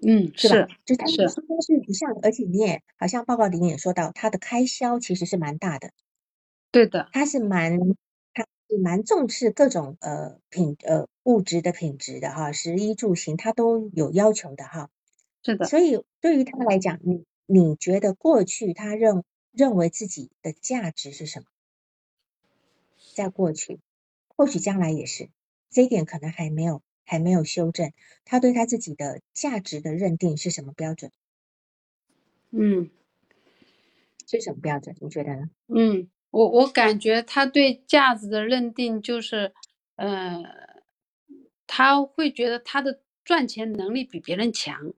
嗯， 是吧？ 是就他的是， 书是不像，而且你也好像报告里面也说到，他的开销其实是蛮大的， 对的， 他是蛮他是蛮重视各种呃品呃物质的品质的哈，食衣住行他都有要求的哈。 是的， 所以对于他来讲，你你觉得过去他认认为自己的价值是什么？在过去，或许将来也是，这一点可能还没有还没有修正。他对他自己的价值的认定是什么标准？ 嗯是什么标准？你觉得呢？ 嗯，我我感觉他对价值的认定就是，呃，他会觉得他的赚钱能力比别人强，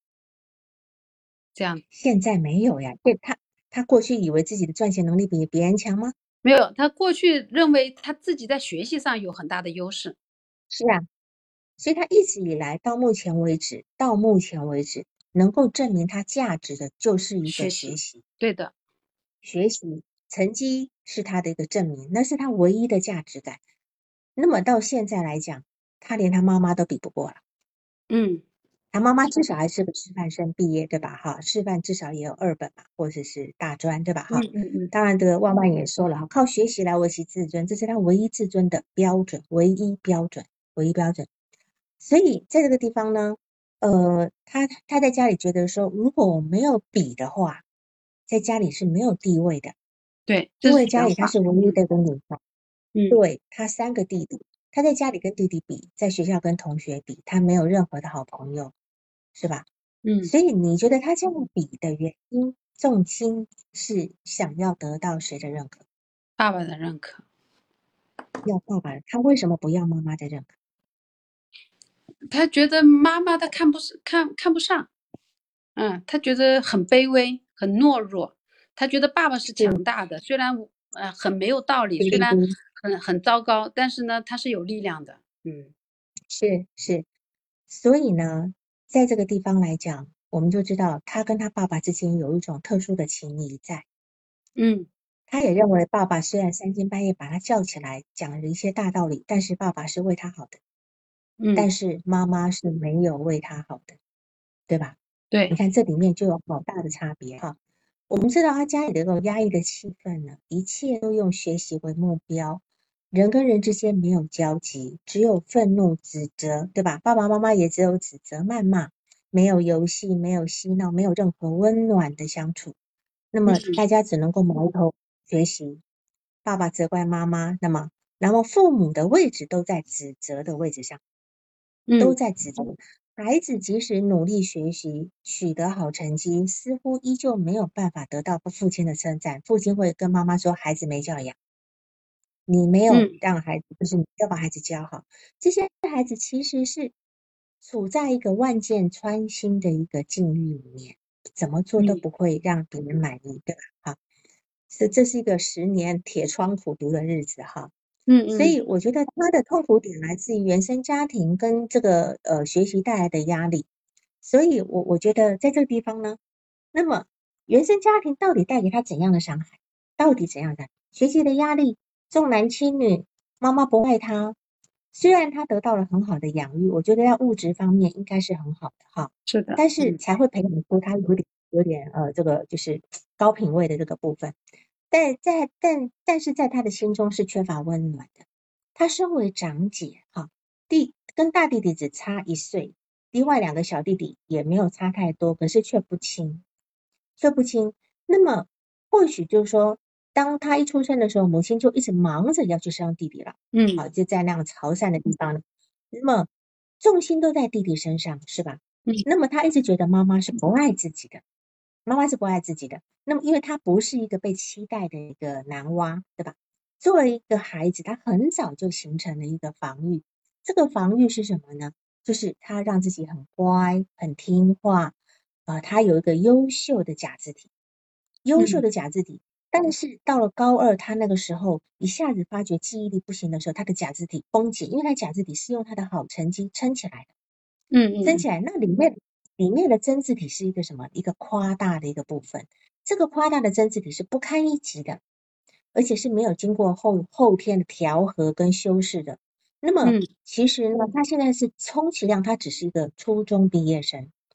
这样。 现在没有呀，对他他过去以为自己的赚钱能力比别人强吗？ 没有，他过去认为他自己在学习上有很大的优势， 是啊，所以他一直以来到目前为止，到目前为止能够证明他价值的就是一个学习， 学习。 对的， 学习成绩是他的一个证明，那是他唯一的价值感。那么到现在来讲，他连他妈妈都比不过了。 嗯他妈妈至少还是个师范生毕业，对吧？哈，师范至少也有二本嘛，或者是大专，对吧？ 嗯哈， 嗯嗯当然这个万万也说了哈，靠学习来维系自尊，这是他唯一自尊的标准，唯一标准，唯一标准。所以在这个地方呢，呃，他他在家里觉得说，如果我没有比的话，在家里是没有地位的。 对，这因为是原话， 家里他是唯一的一个女孩， 嗯对，他三个弟弟，他在家里跟弟弟比，在学校跟同学比，他没有任何的好朋友，是吧？ 嗯， 所以你觉得他这样比的原因，重心是想要得到谁的认可？ 爸爸的认可， 要爸爸，他为什么不要妈妈的认可？ 他觉得妈妈他看不是看看不上，嗯，他觉得很卑微，很懦弱，他觉得爸爸是是强大的，虽然呃很没有道理，虽然对对对， 很很糟糕，但是呢他是有力量的，嗯是是，所以呢，在这个地方来讲，我们就知道他跟他爸爸之间有一种特殊的情谊在。 嗯他也认为爸爸虽然三更半夜把他叫起来讲了一些大道理，但是爸爸是为他好的， 嗯， 但是妈妈是没有为他好的，对吧？你对， 看这里面就有好大的差别哈。我们知道他家里的这种压抑的气氛呢，一切都用学习为目标，人跟人之间没有交集，只有愤怒、指责，对吧？爸爸妈妈也只有指责、谩骂，没有游戏，没有嬉闹，没有任何温暖的相处。那么嗯大家只能够埋头学习，爸爸责怪妈妈，那么然后父母的位置都在指责的位置上，都嗯在指责。孩子即使努力学习，取得好成绩，似乎依旧没有办法得到父亲的称赞。父亲会跟妈妈说：“孩子没教养，你没有嗯让孩子，就是你要把孩子教好。”这些孩子其实是处在一个万箭穿心的一个境遇里面，怎么做都嗯不会让别人满意，对吧？哈，是这是一个十年铁窗苦读的日子哈。 嗯嗯所以我觉得他的痛苦点来自于原生家庭跟这个呃学习带来的压力。所以我我觉得在这个地方呢，那么原生家庭到底带给他怎样的伤害？到底怎样的学习的压力？重男轻女，妈妈不爱他。虽然他得到了很好的养育，我觉得在物质方面应该是很好的哈， 是的， 但是嗯才会培养出他有点有点呃这个就是高品位的这个部分。但在但但是在他的心中是缺乏温暖的。他身为长姐哈，弟跟大弟弟只差一岁，另外两个小弟弟也没有差太多，可是却不亲，却不亲。那么或许就是说，当他一出生的时候，母亲就一直忙着要去生弟弟了， 嗯好，就在那样潮汕的地方，那么重心都在弟弟身上，是吧？ 嗯那么他一直觉得妈妈是不爱自己的，妈妈是不爱自己的。那么因为他不是一个被期待的一个男娃，对吧？作为一个孩子，他很早就形成了一个防御。这个防御是什么呢？就是他让自己很乖、很听话，啊、呃，他有一个优秀的假肢体，优秀嗯的假肢体。但是到了高二，他那个时候一下子发觉记忆力不行的时候，他的假肢体崩解，因为他假肢体是用他的好成绩撑起来的。 嗯嗯撑起来，那里面里面的真字体是一个什么？一个夸大的一个部分。这个夸大的真字体是不堪一击的，而且是没有经过后后天的调和跟修饰的。那么嗯其实呢，他现在是充其量他只是一个初中毕业生，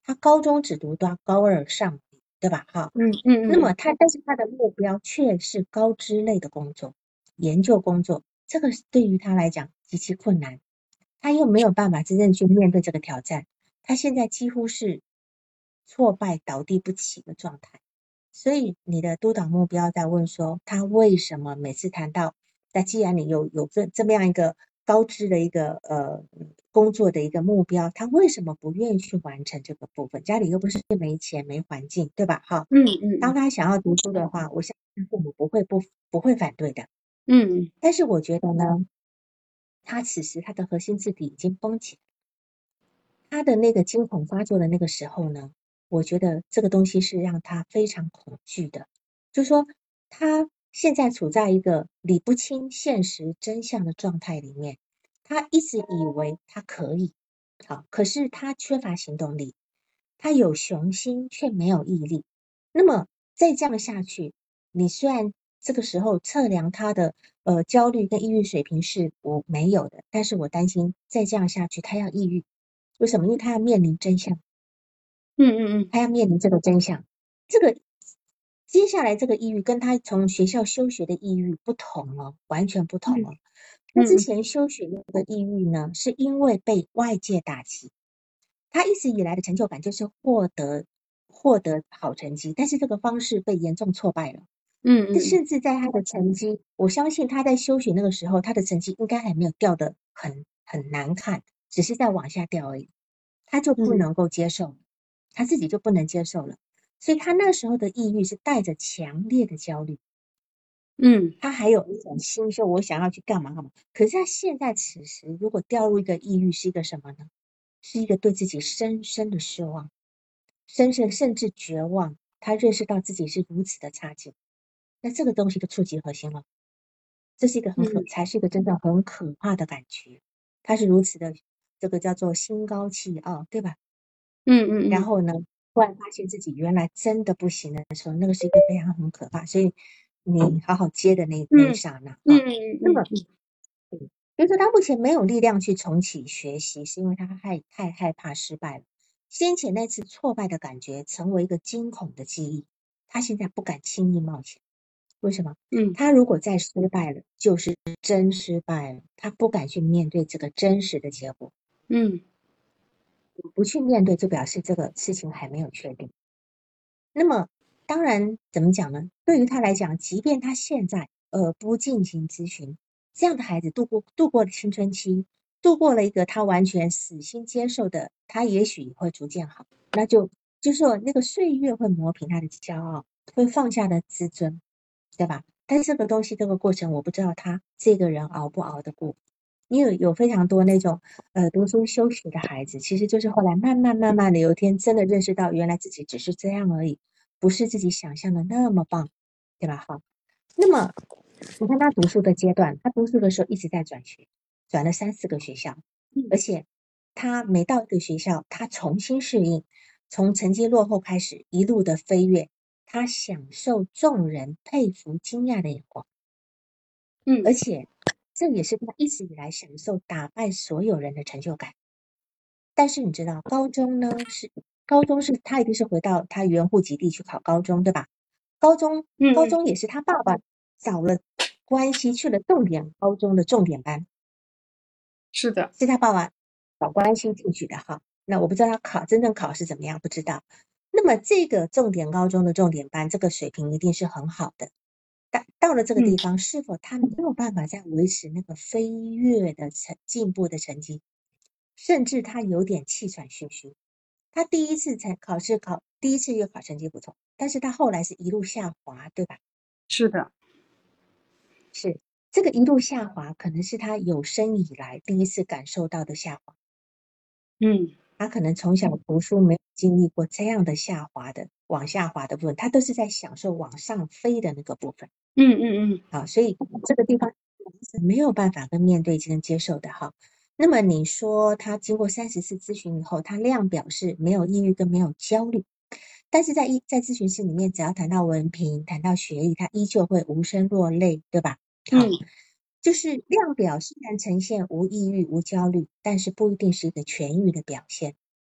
他高中只读到高二上，对吧？哈， 嗯嗯那么嗯他但是他的目标却是高知类的工作，研究工作，这个对于他来讲极其困难，他又没有办法真正去面对这个挑战，他现在几乎是挫败倒地不起的状态。所以你的督导目标在问说，他为什么每次谈到，那既然你有有这这么样一个高知的一个呃工作的一个目标，他为什么不愿意去完成这个部分？家里又不是没钱没环境，对吧？哈， 嗯嗯嗯当他想要读书的话，我相信父母不会不不会反对的。 嗯但是我觉得呢，他此时他的核心字体已经绷起来，他的那个惊恐发作的那个时候呢，我觉得这个东西是让他非常恐惧的，就是说他现在处在一个理不清现实真相的状态里面，他一直以为他可以，好，可是他缺乏行动力，他有雄心却没有毅力。那么再这样下去，你虽然这个时候测量他的呃焦虑跟抑郁水平是我没有的，但是我担心再这样下去，他要抑郁。为什么？因为他要面临真相， 嗯嗯嗯他要面临这个真相。这个接下来这个抑郁跟他从学校休学的抑郁不同哦，完全不同哦。他之嗯前休学那个抑郁呢，是因为被外界打击，他一直以来的成就感就是获得获得好成绩，但是这个方式被严重挫败了。 嗯嗯甚至在他的成绩，我相信他在休学那个时候，他的成绩应该还没有掉得很很难看，只是在往下掉而已。他就不嗯能够接受，他自己就不能接受了，所以他那时候的抑郁是带着强烈的焦虑， 嗯他还有一种心说，我想要去干嘛干嘛。可是他现在此时如果掉入一个抑郁，是一个什么呢？是一个对自己深深的失望，深深甚至绝望。他认识到自己是如此的差劲，那这个东西就触及核心了。这是一个很可， 嗯才是一个真正很可怕的感觉。他是如此的，这个叫做心高气傲，对吧？ 嗯嗯然后呢，突然发现自己原来真的不行的时候，那个是一个非常很可怕。所以你好好接的那那一嗯刹那嗯啊，那么， 嗯嗯，比如说他目前没有力量去重启学习，是因为他害太害怕失败了。先前那次挫败的感觉成为一个惊恐的记忆，他现在不敢轻易冒险。为什么？ 嗯他如果再失败了，就是真失败了，他不敢去面对这个真实的结果。 嗯不去面对，就表示这个事情还没有确定。那么，当然怎么讲呢？对于他来讲，即便他现在呃不进行咨询，这样的孩子度过度过了青春期，度过了一个他完全死心接受的，他也许会逐渐好。那就就是说，那个岁月会磨平他的骄傲，会放下的自尊，对吧？但是这个东西，这个过程，我不知道他这个人熬不熬得过。因为有非常多那种呃读书休学的孩子，其实就是后来慢慢慢慢的有一天真的认识到，原来自己只是这样而已，不是自己想象的那么棒，对吧？好，那么你看他读书的阶段，他读书的时候一直在转学，转了三四个学校，而且他每到一个学校，他重新适应，从成绩落后开始，一路的飞跃，他享受众人佩服惊讶的眼光。 嗯而且这也是他一直以来享受打败所有人的成就感。但是你知道，高中呢是高中是他一定是回到他原户籍地去考高中，对吧？高中高嗯中也是他爸爸找了关系去了重点高中的重点班， 是的， 是他爸爸找关系进去的哈。那我不知道他考真正考试怎么样，不知道。那么这个重点高中的重点班，这个水平一定是很好的。到到了这个嗯地方，是否他没有办法再维持那个飞跃的成进步的成绩，甚至他有点气喘吁吁。他第一次才考试考第一次月考成绩不错，但是他后来是一路下滑，对吧？ 是的， 是这个一路下滑，可能是他有生以来第一次感受到的下滑。 嗯他可能从小读书没有经历过这样的下滑的往下滑的部分，他都是在享受往上飞的那个部分。 嗯嗯嗯好，所以这个地方是没有办法跟面对跟接受的哈。那么你说他经过三十次咨询以后，他量表是没有抑郁跟没有焦虑，但是在一在咨询室里面，只要谈到文凭、谈到学历，他依旧会无声落泪，对吧？好， 嗯就是量表虽然呈现无抑郁、无焦虑，但是不一定是一个痊愈的表现。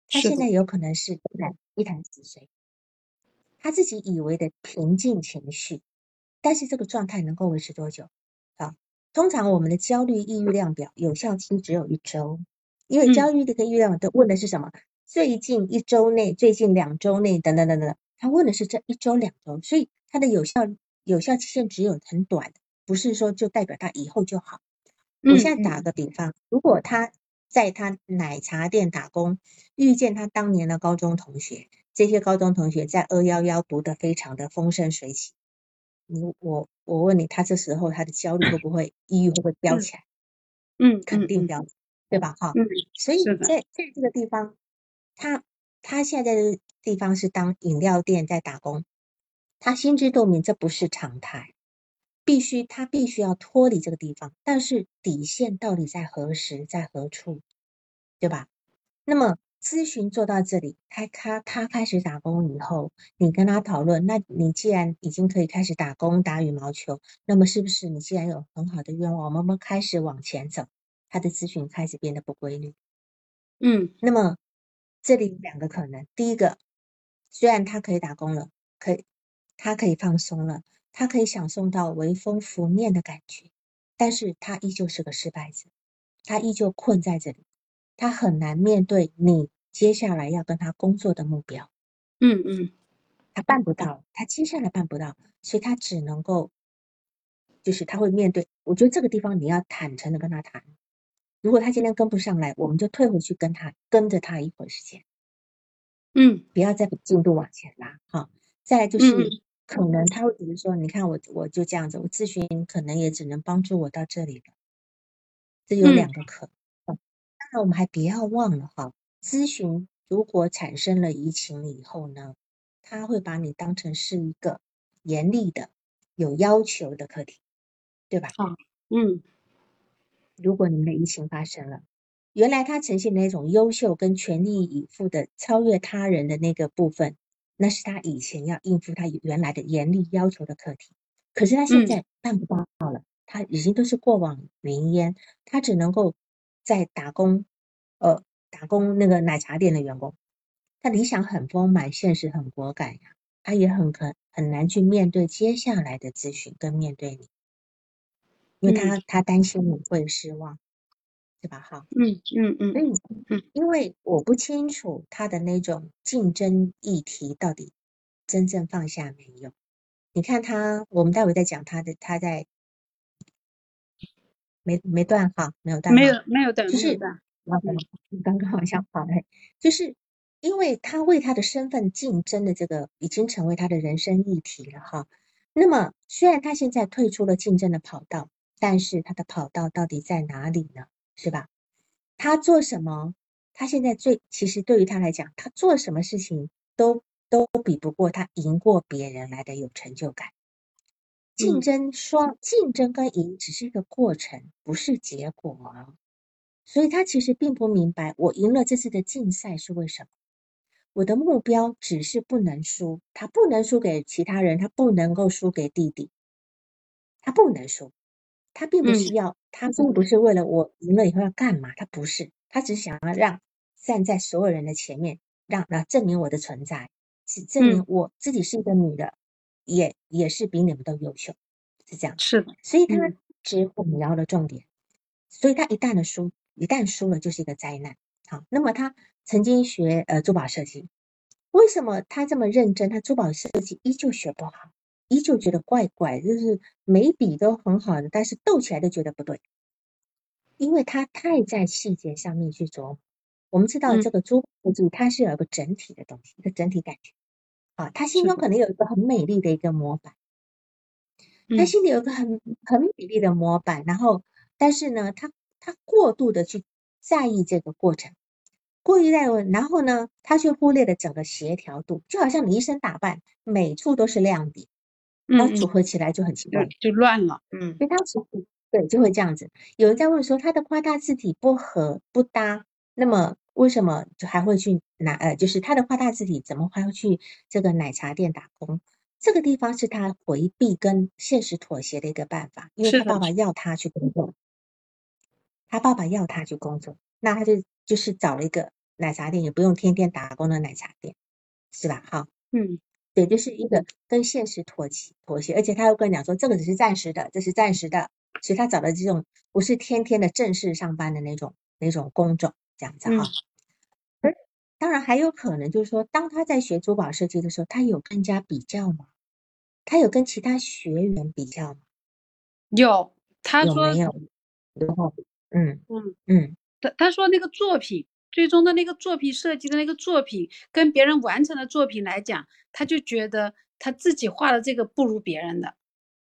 他现在有可能是一潭一潭死水，他自己以为的平静情绪，但是这个状态能够维持多久？啊，通常我们的焦虑抑郁量表有效期只有一周，因为焦虑的跟抑郁量都问的是什么？最近一周内、最近两周内等等等等，他问的是这一周两周，所以它的有效有效期限只有很短的，不是说就代表他以后就好。我现在打个比方，如果他在他奶茶店打工，遇见他当年的高中同学，这些高中同学在二一一读得非常的风生水起，你我我问你，他这时候他的焦虑会不会、抑郁会不会飙起来？ 嗯， 肯定飙，对吧？哈， 嗯， 所以在在这个地方，他他现在的地方是当饮料店在打工，他心知肚明这不是常态。必须他必须要脱离这个地方，但是底线到底在何时，在何处，对吧？那么咨询做到这里，他他他开始打工以后，你跟他讨论，那你既然已经可以开始打工打羽毛球，那么是不是你既然有很好的愿望，我们开始往前走，他的咨询开始变得不规律。 嗯， 那么这里有两个可能，第一个，虽然他可以打工了，可以他可以放松了。他可以享受到微风拂面的感觉，但是他依旧是个失败者，他依旧困在这里，他很难面对你接下来要跟他工作的目标。 嗯嗯， 他办不到，他接下来办不到，所以他只能够，就是他会面对。我觉得这个地方你要坦诚的跟他谈，如果他今天跟不上来，我们就退回去跟他跟着他一会儿时间， 嗯， 不要再把进度往前拉。好，再来就是。可能他会觉得说，你看我我就这样子，我咨询可能也只能帮助我到这里了，这有两个可能。当然我们还不要忘了哈，咨询如果产生了移情以后呢，他会把你当成是一个严厉的、有要求的课题，对吧？ 好，嗯， 如果你们的移情发生了，原来他呈现的那种优秀跟全力以赴的超越他人的那个部分。那是他以前要应付他原来的严厉要求的课题，可是他现在办不到了，他已经都是过往云烟，他只能够在打工，呃，打工那个奶茶店的员工，他理想很丰满，现实很果敢呀，他也很很很难去面对接下来的咨询跟面对你，因为他他担心你会失望，对吧？哈， 嗯嗯嗯， 所以因为我不清楚他的那种竞争议题到底真正放下没有。你看他，我们待会再讲他的，他在没没断哈，没有断没有哈， 没有的， 就是没有的， 刚刚好像好嘞，就是因为他为他的身份竞争的这个已经成为他的人生议题了哈。那么虽然他现在退出了竞争的跑道，但是他的跑道到底在哪里呢？是吧？他做什么？他现在最其实对于他来讲，他做什么事情都都比不过他赢过别人来的有成就感。竞争双竞争跟赢只是一个过程，不是结果。所以他其实并不明白，我赢了这次的竞赛是为什么？我的目标只是不能输，他不能输给其他人，他不能够输给弟弟，他不能输。他并不是要，他并不是为了我赢了以后要干嘛，他不是，他只是想要让站在所有人的前面，让来证明我的存在，是证明我自己是一个女的，也也是比你们都优秀，是这样。 是的， 所以他只混淆了重点，所以他一旦的输，一旦输了就是一个灾难。好，那么他曾经学呃珠宝设计，为什么他这么认真，他珠宝设计依旧学不好？依旧觉得怪怪，就是每笔都很好的，但是斗起来都觉得不对，因为他太在细节上面去琢磨。我们知道这个珠宝设计它是有一个整体的东西，一个整体感觉啊，他心中可能有一个很美丽的一个模板，他心里有一个很很美丽的模板，然后但是呢，他他过度的去在意这个过程。过于在意，然后呢，他却忽略了整个协调度，就好像你一身打扮，每处都是亮点，然后组合起来就很奇怪， 就乱了，嗯， 所以他对就会这样子。有人在问说，他的夸大字体不合不搭，那么为什么就还会去拿呃，就是他的夸大字体怎么还会去这个奶茶店打工？这个地方是他回避跟现实妥协的一个办法，因为他爸爸要他去工作，他爸爸要他去工作，那他就就是找了一个奶茶店，也不用天天打工的奶茶店，是吧？好， 嗯对，就是一个跟现实妥协妥协，而且他又跟你讲说，这个只是暂时的，这是暂时的，所以他找的这种不是天天的正式上班的那种那种工种，这样子嗯， 哈。而当然还有可能就是说，当他在学珠宝设计的时候，他有跟人家比较吗？他有跟其他学员比较吗？ 有，他说， 有没有？然后，嗯嗯， 嗯， 他他说那个作品，最终的那个作品设计的那个作品，跟别人完成的作品来讲，他就觉得他自己画的这个不如别人的。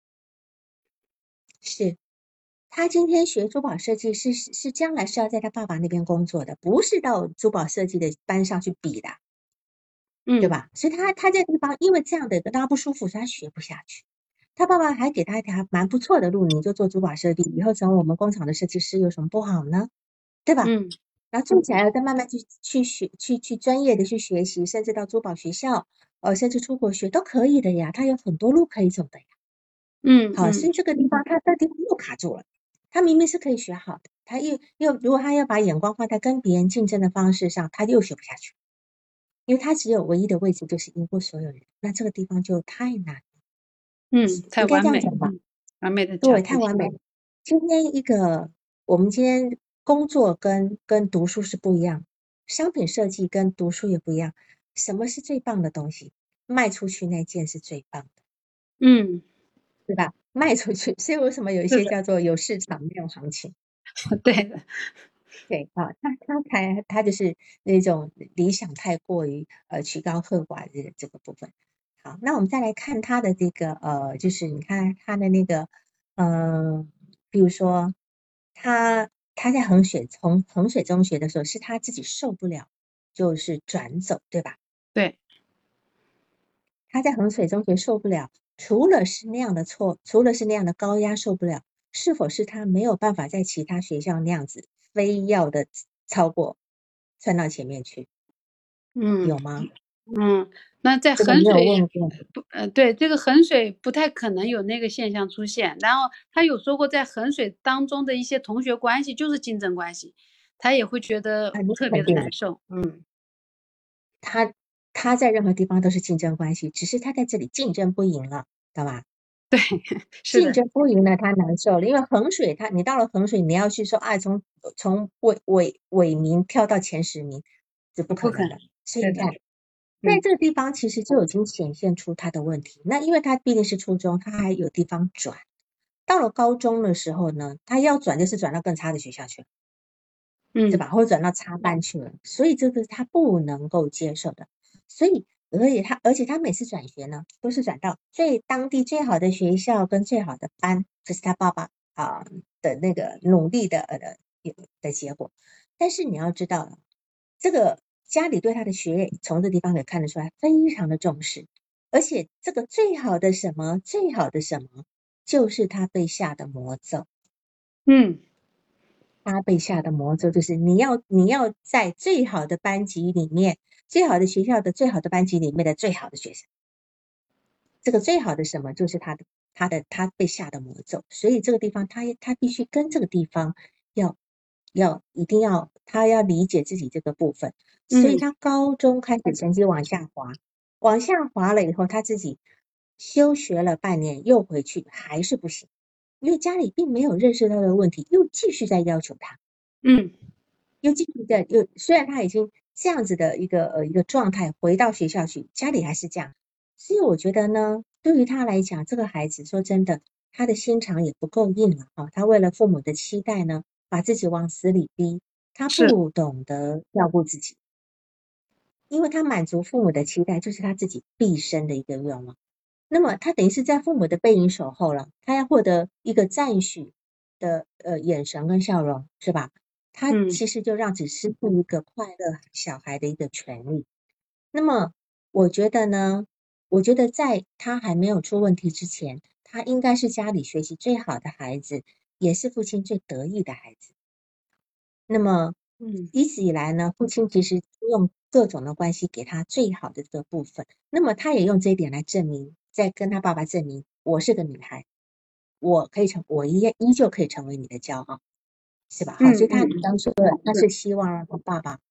是。他今天学珠宝设计是是是将来是要在他爸爸那边工作的，不是到珠宝设计的班上去比的，对嗯吧？所以他他这地方因为这样的让他不舒服，所以他学不下去。他爸爸还给他一条蛮不错的路，你就做珠宝设计，以后成为我们工厂的设计师有什么不好呢？对吧？ 嗯然后做起来了，再慢慢去去学，去去专业的去学习，甚至到珠宝学校，呃，甚至出国学都可以的呀。他有很多路可以走的呀。好，所嗯嗯以这个地方他这地方又卡住了。他明明是可以学好的，他又又如果他要把眼光放在跟别人竞争的方式上，他又学不下去，因为他只有唯一的位置就是赢过所有人，那这个地方就太难， 嗯，太应该完美， 这样讲吧？ 嗯，完美的对， 讲出去。 太完美了。今天一个我们今天工作跟跟读书是不一样，商品设计跟读书也不一样。什么是最棒的东西？卖出去那件是最棒的， 嗯， 对吧？卖出去，所以为什么有一是的， 些叫做有市场没有行情？ 对的， 对啊，他他才他就是那种理想太过于呃曲高和寡的这个部分。好，那我们再来看他的这个呃，就是你看他的那个呃，比如说他他在衡水从衡水中学的时候，是他自己受不了，就是转走，对吧？ 对， 他在衡水中学受不了，除了是那样的错，除了是那样的高压受不了，是否是他没有办法在其他学校那样子非要的超过窜到前面去， 嗯。 有吗？ 嗯，那在这个没有衡水问过。 不，呃，对，这个衡水不太可能有那个现象出现。然后他有说过，在衡水当中的一些同学关系就是竞争关系，他也会觉得啊，你特别的肯定的， 难受。嗯， 他他在任何地方都是竞争关系，只是他在这里竞争不赢了，懂吧？ 对，是的， 竞争不赢了，他难受了，因为衡水他你到了衡水，你要去说啊，从从尾尾尾名跳到前十名是不可不可能， 能的。所以对的， 你看，在嗯， 这个地方其实就已经显现出他的问题。那因为他毕竟是初中，他还有地方转。到了高中的时候呢，他要转就是转到更差的学校去了，是嗯吧？或者转到插班去了，所以这个是他不能够接受的。所以，而且他，而且他每次转学呢，都是转到最当地最好的学校跟最好的班，这是他爸爸啊、的那个努力的呃的的结果。但是你要知道，这个家里对他的学业从这地方可以看得出来，非常的重视。而且这个最好的什么，最好的什么，就是他被下的魔咒。 嗯他被下的魔咒就是你要你要在最好的班级里面，最好的学校的最好的班级里面的最好的学生。这个最好的什么，就是他的他的他被下的魔咒。所以这个地方他他必须跟这个地方要要一定要他要理解自己这个部分。所以嗯他高中开始成绩往下滑，往下滑了以后，他自己休学了半年，又回去还是不行，因为家里并没有认识到的问题，又继续在要求他。 嗯又继续在又虽然他已经这样子的一个呃一个状态回到学校去，家里还是这样，所以我觉得呢，对于他来讲，这个孩子说真的，他的心肠也不够硬了啊、哦。他为了父母的期待呢，把自己往死里逼，他是， 不懂得照顾自己，因为他满足父母的期待，就是他自己毕生的一个愿望。那么他等于是在父母的背影守候了，他要获得一个赞许的呃眼神跟笑容，是吧？他嗯其实就让只失去一个快乐小孩的一个权利。那么我觉得呢，我觉得在他还没有出问题之前，他应该是家里学习最好的孩子，也是父亲最得意的孩子。那么嗯一直以来呢，父亲其实用各种的关系给他最好的这个部分，那么他也用这一点来证明，在跟他爸爸证明，我是个女孩，我可以成，我依依旧可以成为你的骄傲，是吧？好，所以他嗯嗯嗯， 刚说的，他是， 是希望让他爸爸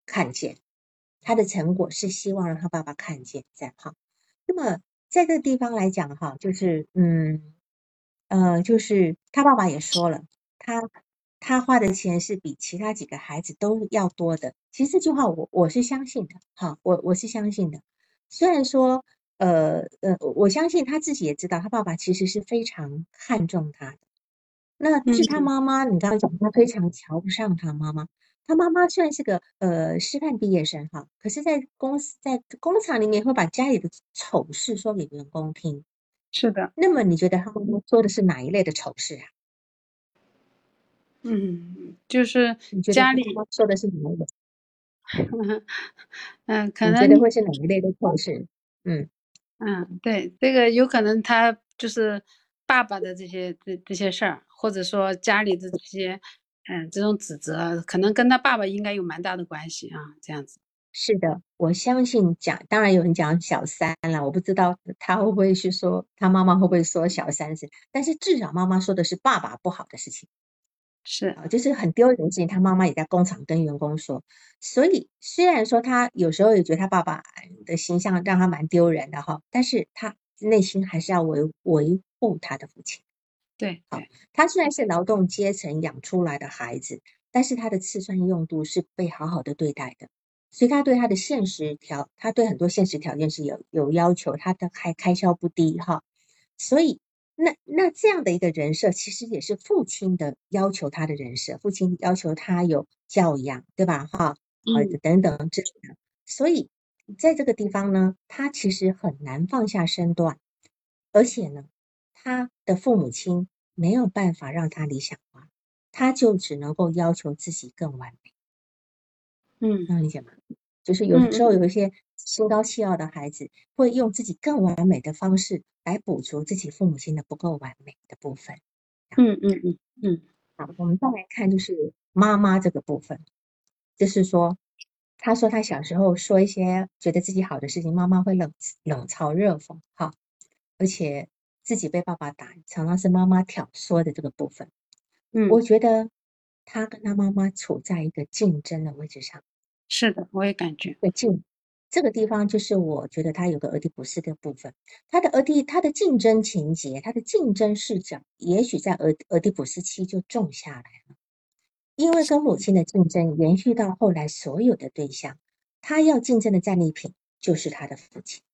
看见，他的成果是希望让他爸爸看见这样哈。那么在这个地方来讲哈，就是嗯呃，就是他爸爸也说了，他他花的钱是比其他几个孩子都要多的。其实这句话我我是相信的，哈，我我是相信的。虽然说，呃呃，我相信他自己也知道，他爸爸其实是非常看重他的。那但是他嗯， 妈妈，你刚刚讲他非常瞧不上他妈妈。他妈妈虽然是个呃师范毕业生哈，可是在公司在工厂里面会把家里的丑事说给员工听。 是的， 那么你觉得他妈妈说的是哪一类的丑事啊？ 嗯，就是你觉得他妈家里， 妈说的是哪一类？ 嗯，可你觉得能， 会是哪一类的丑事？嗯， 嗯，对，这个有可能他就是爸爸的这些这这些事儿，或者说家里的这些，嗯，这种指责，可能跟他爸爸应该有蛮大的关系啊，这样子。 是的，我相信讲，当然有人讲小三了，我不知道他会不会去说，他妈妈会不会说小三是，但是至少妈妈说的是爸爸不好的事情。 是， 啊，就是很丢人的事情，他妈妈也在工厂跟员工说。所以虽然说他有时候也觉得他爸爸的形象让他蛮丢人的哈，但是他内心还是要维维护他的父亲。好， 对对， 他虽然是劳动阶层养出来的孩子，但是他的吃穿用度是被好好的对待的，所以他对他的现实条，他对很多现实条件是有有要求，他的开开销不低哈。所以那那这样的一个人设，其实也是父亲的要求他的人设，父亲要求他有教养，对吧？哈，呃嗯等等之类的。所以在这个地方呢，他其实很难放下身段，而且呢，他的父母亲没有办法让他理想化，他就只能够要求自己更完美。 嗯能理解吗？就是有的时候嗯有一些心高气傲的孩子，会用自己更完美的方式来补足自己父母亲的不够完美的部分。 嗯嗯嗯嗯好，我们再来看就是妈妈这个部分，就是说，他说他小时候说一些觉得自己好的事情，妈妈会冷冷嘲热讽，哈，而且自己被爸爸打，常常是妈妈挑唆的这个部分。 嗯， 我觉得他跟他妈妈处在一个竞争的位置上。 是的，我也感觉， 对，竞这个地方就是我觉得他有个俄狄浦斯的部分，他的俄狄他的竞争情节，他的竞争视角，也许在俄俄狄浦斯期就种下来了，因为跟母亲的竞争延续到后来所有的对象，他要竞争的战利品就是他的父亲，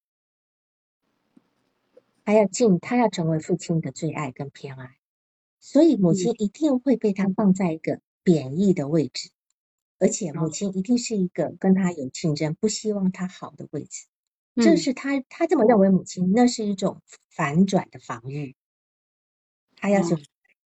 他要竞他要成为父亲的最爱跟偏爱，所以母嗯， 亲一定会被他放在一个贬义的位置，而且母哦， 亲一定是一个跟他有竞争，不希望他好的位置。这嗯是他他这么认为母亲，那是一种反转的防御，他要哦， 去。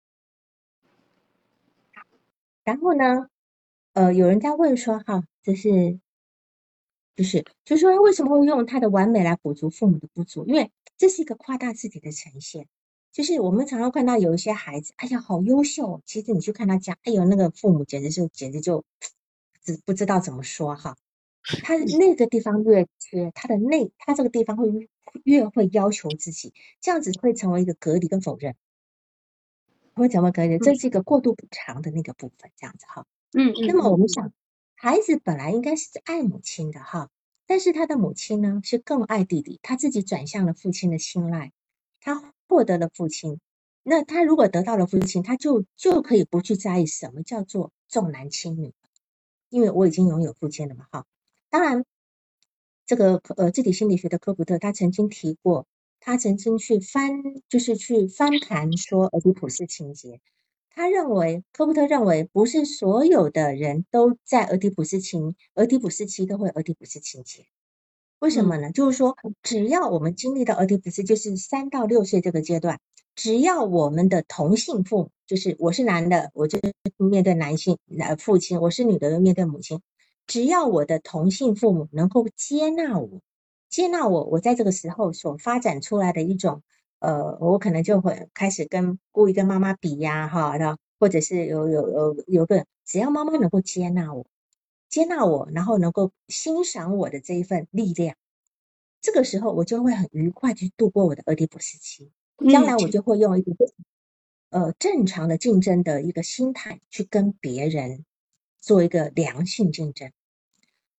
然后呢，呃，有人在问说，哈，这是就是就是说为什么会用他的完美来补足父母的不足？因为这是一个夸大自己的呈现。就是我们常常看到有一些孩子，哎呀，好优秀哦，其实你去看他家，哎呦，那个父母简直就简直就只不知道怎么说哈。他那个地方越缺，他的内，他这个地方会越越会要求自己，这样子会成为一个隔离跟否认，会怎么隔离？这嗯是一个过度补偿的那个部分，这样子哈。 嗯那嗯嗯嗯么我们想，孩子本来应该是爱母亲的哈，但是他的母亲呢是更爱弟弟，他自己转向了父亲的青睐，他获得了父亲。那他如果得到了父亲，他就就可以不去在意什么叫做重男轻女，因为我已经拥有父亲了嘛哈。当然，这个呃自体心理学的科普特他曾经提过，他曾经去翻就是去翻盘说俄狄浦斯情节。他认为，科布特认为，不是所有的人都在俄狄浦斯情、俄狄浦斯期都会俄狄浦斯情节。为什么嗯呢？就是说，只要我们经历到俄狄浦斯，就是三到六岁这个阶段，只要我们的同性父母，就是我是男的，我就面对男性呃父亲；我是女的，面对母亲。只要我的同性父母能够接纳我，接纳我，我在这个时候所发展出来的一种呃，我可能就会开始跟故意跟妈妈比呀，哈，然后或者是有有有有个，只要妈妈能够接纳我，接纳我，然后能够欣赏我的这一份力量，这个时候我就会很愉快去度过我的俄狄浦斯期。将嗯， 来我就会用一个呃正常的竞争的一个心态去跟别人做一个良性竞争。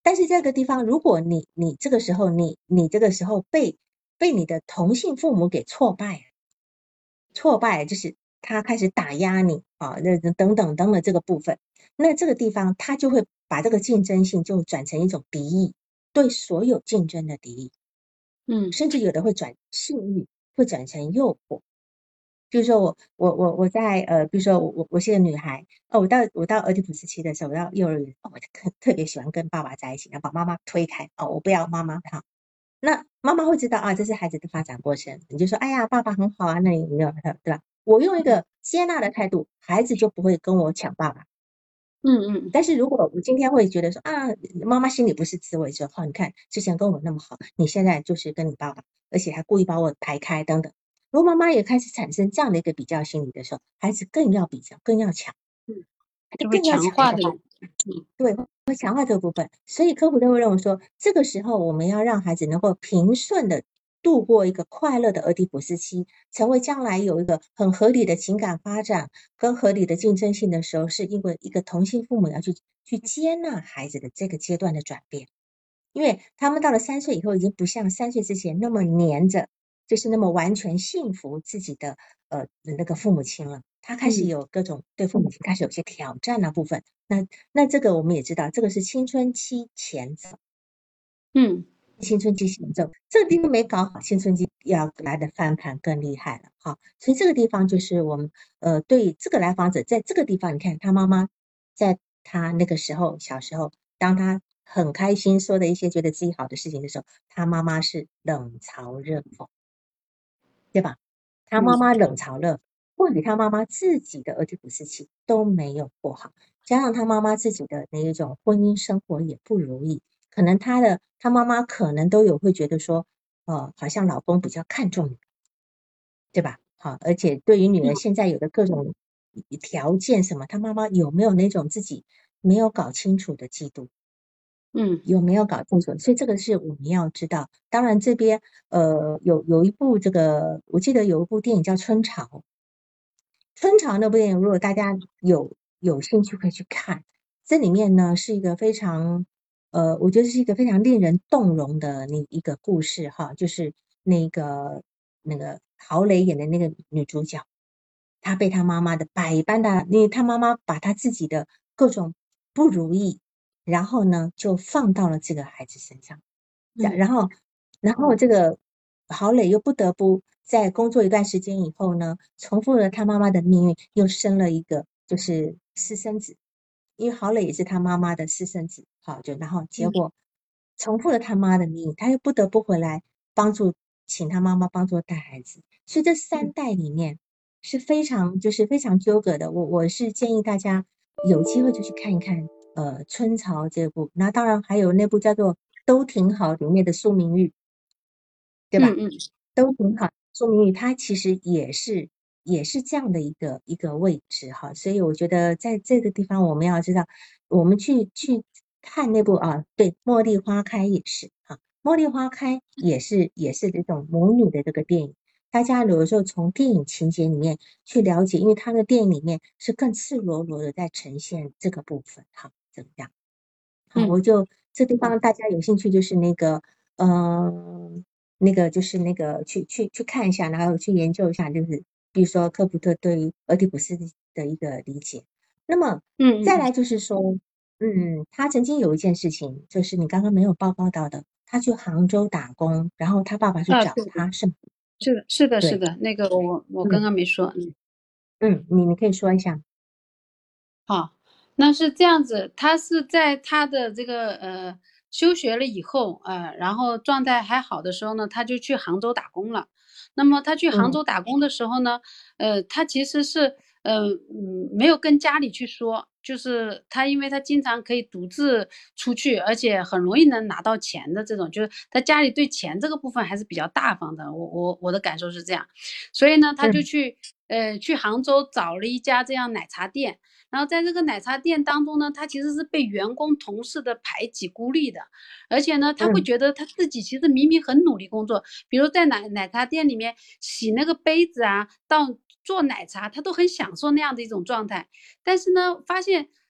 但是这个地方，如果你你这个时候你你这个时候被被你的同性父母给挫败，挫败就是他开始打压你啊，那等等等等这个部分，那这个地方他就会把这个竞争性就转成一种敌意，对所有竞争的敌意， 嗯甚至有的会转性欲，会转成诱惑。比如说我我我我在呃，比如说我我我是个女孩哦，我到我到俄狄浦斯期的时候，我到幼儿园，哦，我特特别喜欢跟爸爸在一起，然后把妈妈推开哦，我不要妈妈哈。那妈妈会知道啊，这是孩子的发展过程，你就说哎呀，爸爸很好啊，那你没有对吧？我用一个接纳的态度，孩子就不会跟我抢爸爸。 嗯嗯但是如果我今天会觉得说啊，妈妈心里不是滋味之后，你看之前跟我那么好，你现在就是跟你爸爸，而且还故意把我排开等等。如果妈妈也开始产生这样的一个比较心理的时候，孩子更要比较，更要抢， 嗯， 他就就会更要抢这强化的。 个爸爸。 嗯对，会强化这个部分。所以科普都会认为说，这个时候我们要让孩子能够平顺的度过一个快乐的俄狄浦斯期，成为将来有一个很合理的情感发展跟合理的竞争性的时候，是因为一个同性父母要去去接纳孩子的这个阶段的转变。因为他们到了三岁以后，已经不像三岁之前那么黏着，就是那么完全信服自己的呃那个父母亲了。他开始嗯有各种对父母亲开始有些挑战的部分。那那这个我们也知道，这个是青春期前奏， 嗯青春期前奏，这个地方没搞好，青春期要来的翻盘更厉害了哈。所以这个地方就是我们呃对这个来访者在这个地方，你看他妈妈在他那个时候小时候，当他很开心说的一些觉得自己好的事情的时候，他妈妈是冷嘲热讽，对吧？他妈妈嗯冷嘲热讽，或许他妈妈自己的俄狄浦斯期都没有过好，加上他妈妈自己的那一种婚姻生活也不如意，可能他的他妈妈可能都有会觉得说，呃，好像老公比较看重你，对吧？好，而且对于女儿现在有的各种条件什么，他妈妈有没有那种自己没有搞清楚的嫉妒？ 嗯有没有搞清楚？所以这个是我们要知道。当然这边呃有有一部这个，我记得有一部电影叫《春潮》，《春潮》那部电影，如果大家有有兴趣可以去看。这里面呢是一个非常呃，我觉得是一个非常令人动容的那一个故事哈，就是那个那个郝蕾演的那个女主角，她被她妈妈的百般的，因为她妈妈把她自己的各种不如意，然后呢就放到了这个孩子身上。 嗯然后，然后这个郝蕾又不得不在工作一段时间以后呢，重复了他妈妈的命运，又生了一个就是私生子，因为郝蕾也是他妈妈的私生子，好，就然后结嗯果重复了他妈的命运，他又不得不回来帮助，请他妈妈帮助带孩子，所以这三嗯代里面是非常就是非常纠葛的。我我是建议大家有机会就去看一看，呃，春潮这部，那当然还有那部叫做都挺好里面的苏明玉，对吧？ 嗯嗯都挺好。苏明玉她其实也是也是这样的一个一个位置哈，所以我觉得在这个地方我们要知道，我们去去看那部啊，对，《茉莉花开》也是哈，《茉莉花开》也是也是这种母女的这个电影。大家有的时候从电影情节里面去了解，因为他的电影里面是更赤裸裸的在呈现这个部分，好，怎么样？好， 嗯我就这地方大家有兴趣就是那个，嗯、那个就是那个去去去看一下，然后去研究一下，就是比如说科普特对于俄狄浦斯的一个理解。那么嗯嗯再来就是说，嗯，他曾经有一件事情，就是你刚刚没有报告到的，他去杭州打工，然后他爸爸去啊， 找对对， 他，是吗？ 是的，是的，是对， 的，那个我我刚嗯刚没说。嗯。 嗯，你你可以说一下， 好，那是这样子，他是在他的这个呃休学了以后，呃，然后状态还好的时候呢，他就去杭州打工了。那么他去杭嗯州打工的时候呢，呃，他其实是呃嗯没有跟家里去说，就是他因为他经常可以独自出去，而且很容易能拿到钱的这种，就是他家里对钱这个部分还是比较大方的。我我我的感受是这样，所以呢，他就嗯去呃去杭州找了一家这样奶茶店。然后在这个奶茶店当中呢，他其实是被员工同事的排挤孤立的，而且呢，他会嗯觉得他自己其实明明很努力工作，比如在奶奶茶店里面洗那个杯子啊，到做奶茶，他都很享受那样的一种状态。但是呢，发现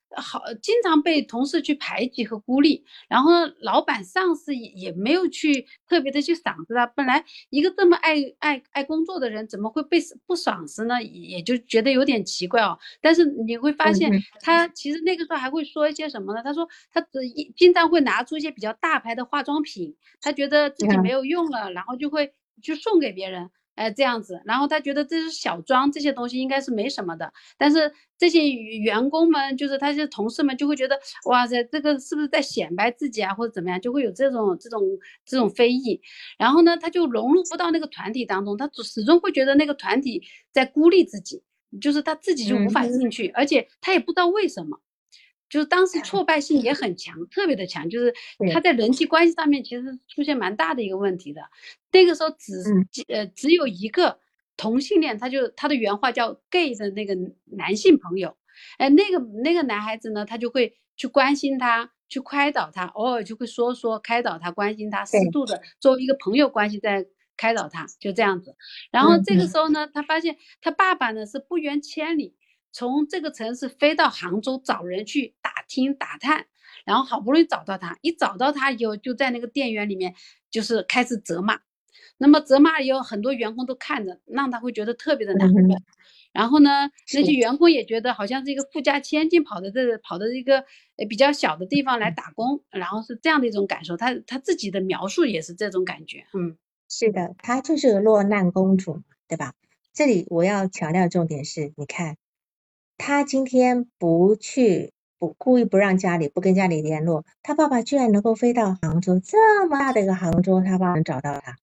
好，经常被同事去排挤和孤立，然后呢，老板上司也也没有去特别的去赏识他。本来一个这么爱爱爱工作的人，怎么会被不赏识呢？也就觉得有点奇怪哦。但是你会发现， 嗯嗯他其实那个时候还会说一些什么呢？他说他一经常会拿出一些比较大牌的化妆品，他觉得自己没嗯有用了，然后就会去送给别人。哎，这样子，然后他觉得这是小装，这些东西应该是没什么的，但是这些员工们，就是他些同事们就会觉得，哇塞，这个是不是在显摆自己啊，或者怎么样，就会有这种这种这种非议。然后呢，他就融入不到那个团体当中，他始终会觉得那个团体在孤立自己，就是他自己就无嗯法进去，而且他也不知道为什么。就是当时挫败性也很强，特别的强，就是他对， 在人际关系上面其实出现蛮大的一个问题的。那个时候只嗯呃只有一个同性恋，他就他的原话叫 gay 的那个男性朋友，哎，那个那个男孩子呢，他就会去关心他，去开导他，偶尔就会说说开导他，关心他，适对， 度的作为一个朋友关系在开导他，就这样子。然后这个嗯嗯时候呢，他发现他爸爸呢是不远千里。从这个城市飞到杭州找人去打听打探，然后好不容易找到他，一找到他以后，就在那个店员里面就是开始责骂。那么责骂以后，很多员工都看着，让他会觉得特别的难过。 嗯嗯， 然后呢，那些是， 员工也觉得好像是一个富家千金跑的这个跑到一个呃比较小的地方来嗯打工，然后是这样的一种感受。他他自己的描述也是这种感觉。嗯是的，她就是个落难公主嘛，对吧？这里我要强调的重点是，你看，她今天不去，不故意不让家里不跟家里联络，她爸爸居然能够飞到杭州，这么大的一个杭州，她爸爸能找到她。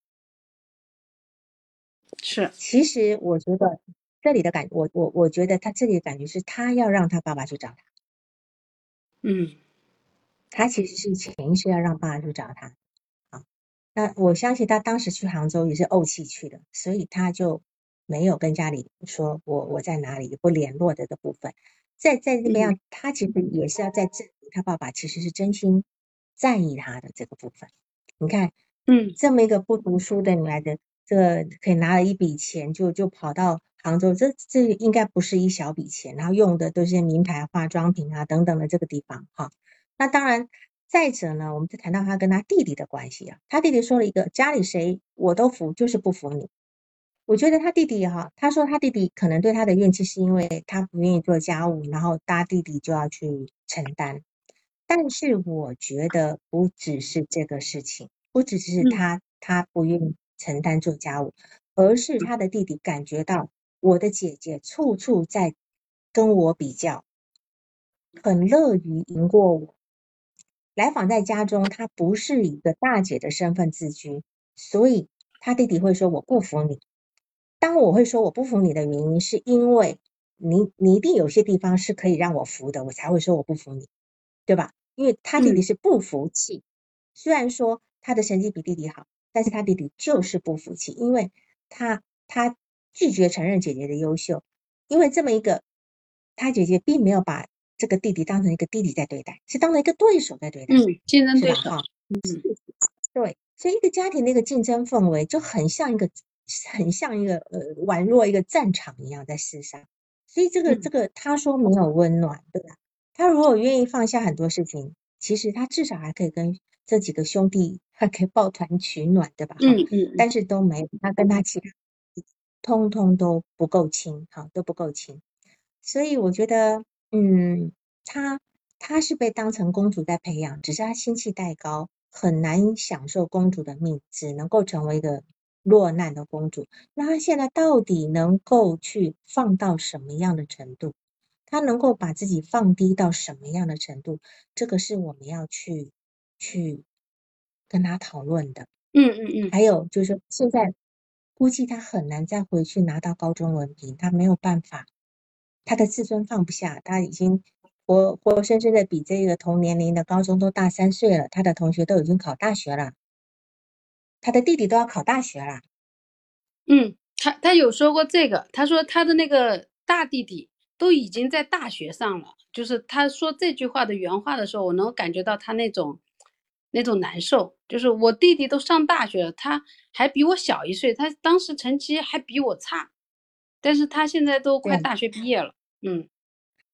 是。 其实我觉得这里的感，我我我觉得他这里的感觉是他要让他爸爸去找他， 嗯他其实是潜意识要让爸爸去找他。啊，那我相信他当时去杭州也是怄气去的，所以他就没有跟家里说我我在哪里不联络的这个部分，在在那嗯边他其实也是要在证明他爸爸其实是真心在意他的这个部分。你看， 嗯这么一个不读书的女孩子，这个可以拿了一笔钱就就跑到杭州，这这应该不是一小笔钱，然后用的都是名牌化妆品啊等等的这个地方哈。那当然，再者呢，我们再谈到他跟他弟弟的关系啊，他弟弟说了一个家里谁我都服，就是不服你。我觉得他弟弟哈，他说他弟弟可能对他的怨气是因为他不愿意做家务，然后大弟弟就要去承担。但是我觉得不只是这个事情，不只是嗯他他不愿意承担做家务，而是他的弟弟感觉到我的姐姐处处在跟我比较，很乐于赢过我。来访在家中，他不是以一个大姐的身份自居，所以他弟弟会说我不服你。当我会说我不服你的原因，是因为你你一定有些地方是可以让我服的，我才会说我不服你，对吧？因为他弟弟嗯是不服气，虽然说他的成绩比弟弟好，但是他弟弟就是不服气，因为他他拒绝承认姐姐的优秀，因为这么一个他姐姐并没有把这个弟弟当成一个弟弟在对待，是当成一个对手在对待， 嗯，竞争是吧？ 对手。 哈， 嗯对，所以一个家庭的一个竞争氛围就很像一个很像一个呃宛若一个战场一样在世上，所以这个这嗯个他说没有温暖，对吧？他如果愿意放下很多事情，其实他至少还可以跟这几个兄弟还可以抱团取暖，对吧？哈， 嗯嗯嗯但是都没有，他跟他其他通通都不够亲，哈，都不够亲。所以我觉得，嗯，她她是被当成公主在培养，只是她心气太高，很难享受公主的命，只能够成为一个落难的公主。那她现在到底能够去放到什么样的程度？她能够把自己放低到什么样的程度？这个是我们要去去跟她讨论的。 嗯嗯嗯。 还有就是说现在估计她很难再回去拿到高中文凭，她没有办法。他的自尊放不下，他已经活活生生的比这个同年龄的高中都大三岁了，他的同学都已经考大学了，他的弟弟都要考大学了。 嗯，他他有说过这个，他说他的那个大弟弟都已经在大学上了，就是他说这句话的原话的时候，我能感觉到他那种那种难受，就是我弟弟都上大学了，他还比我小一岁，他当时成绩还比我差，但是他现在都快对， 大学毕业了。嗯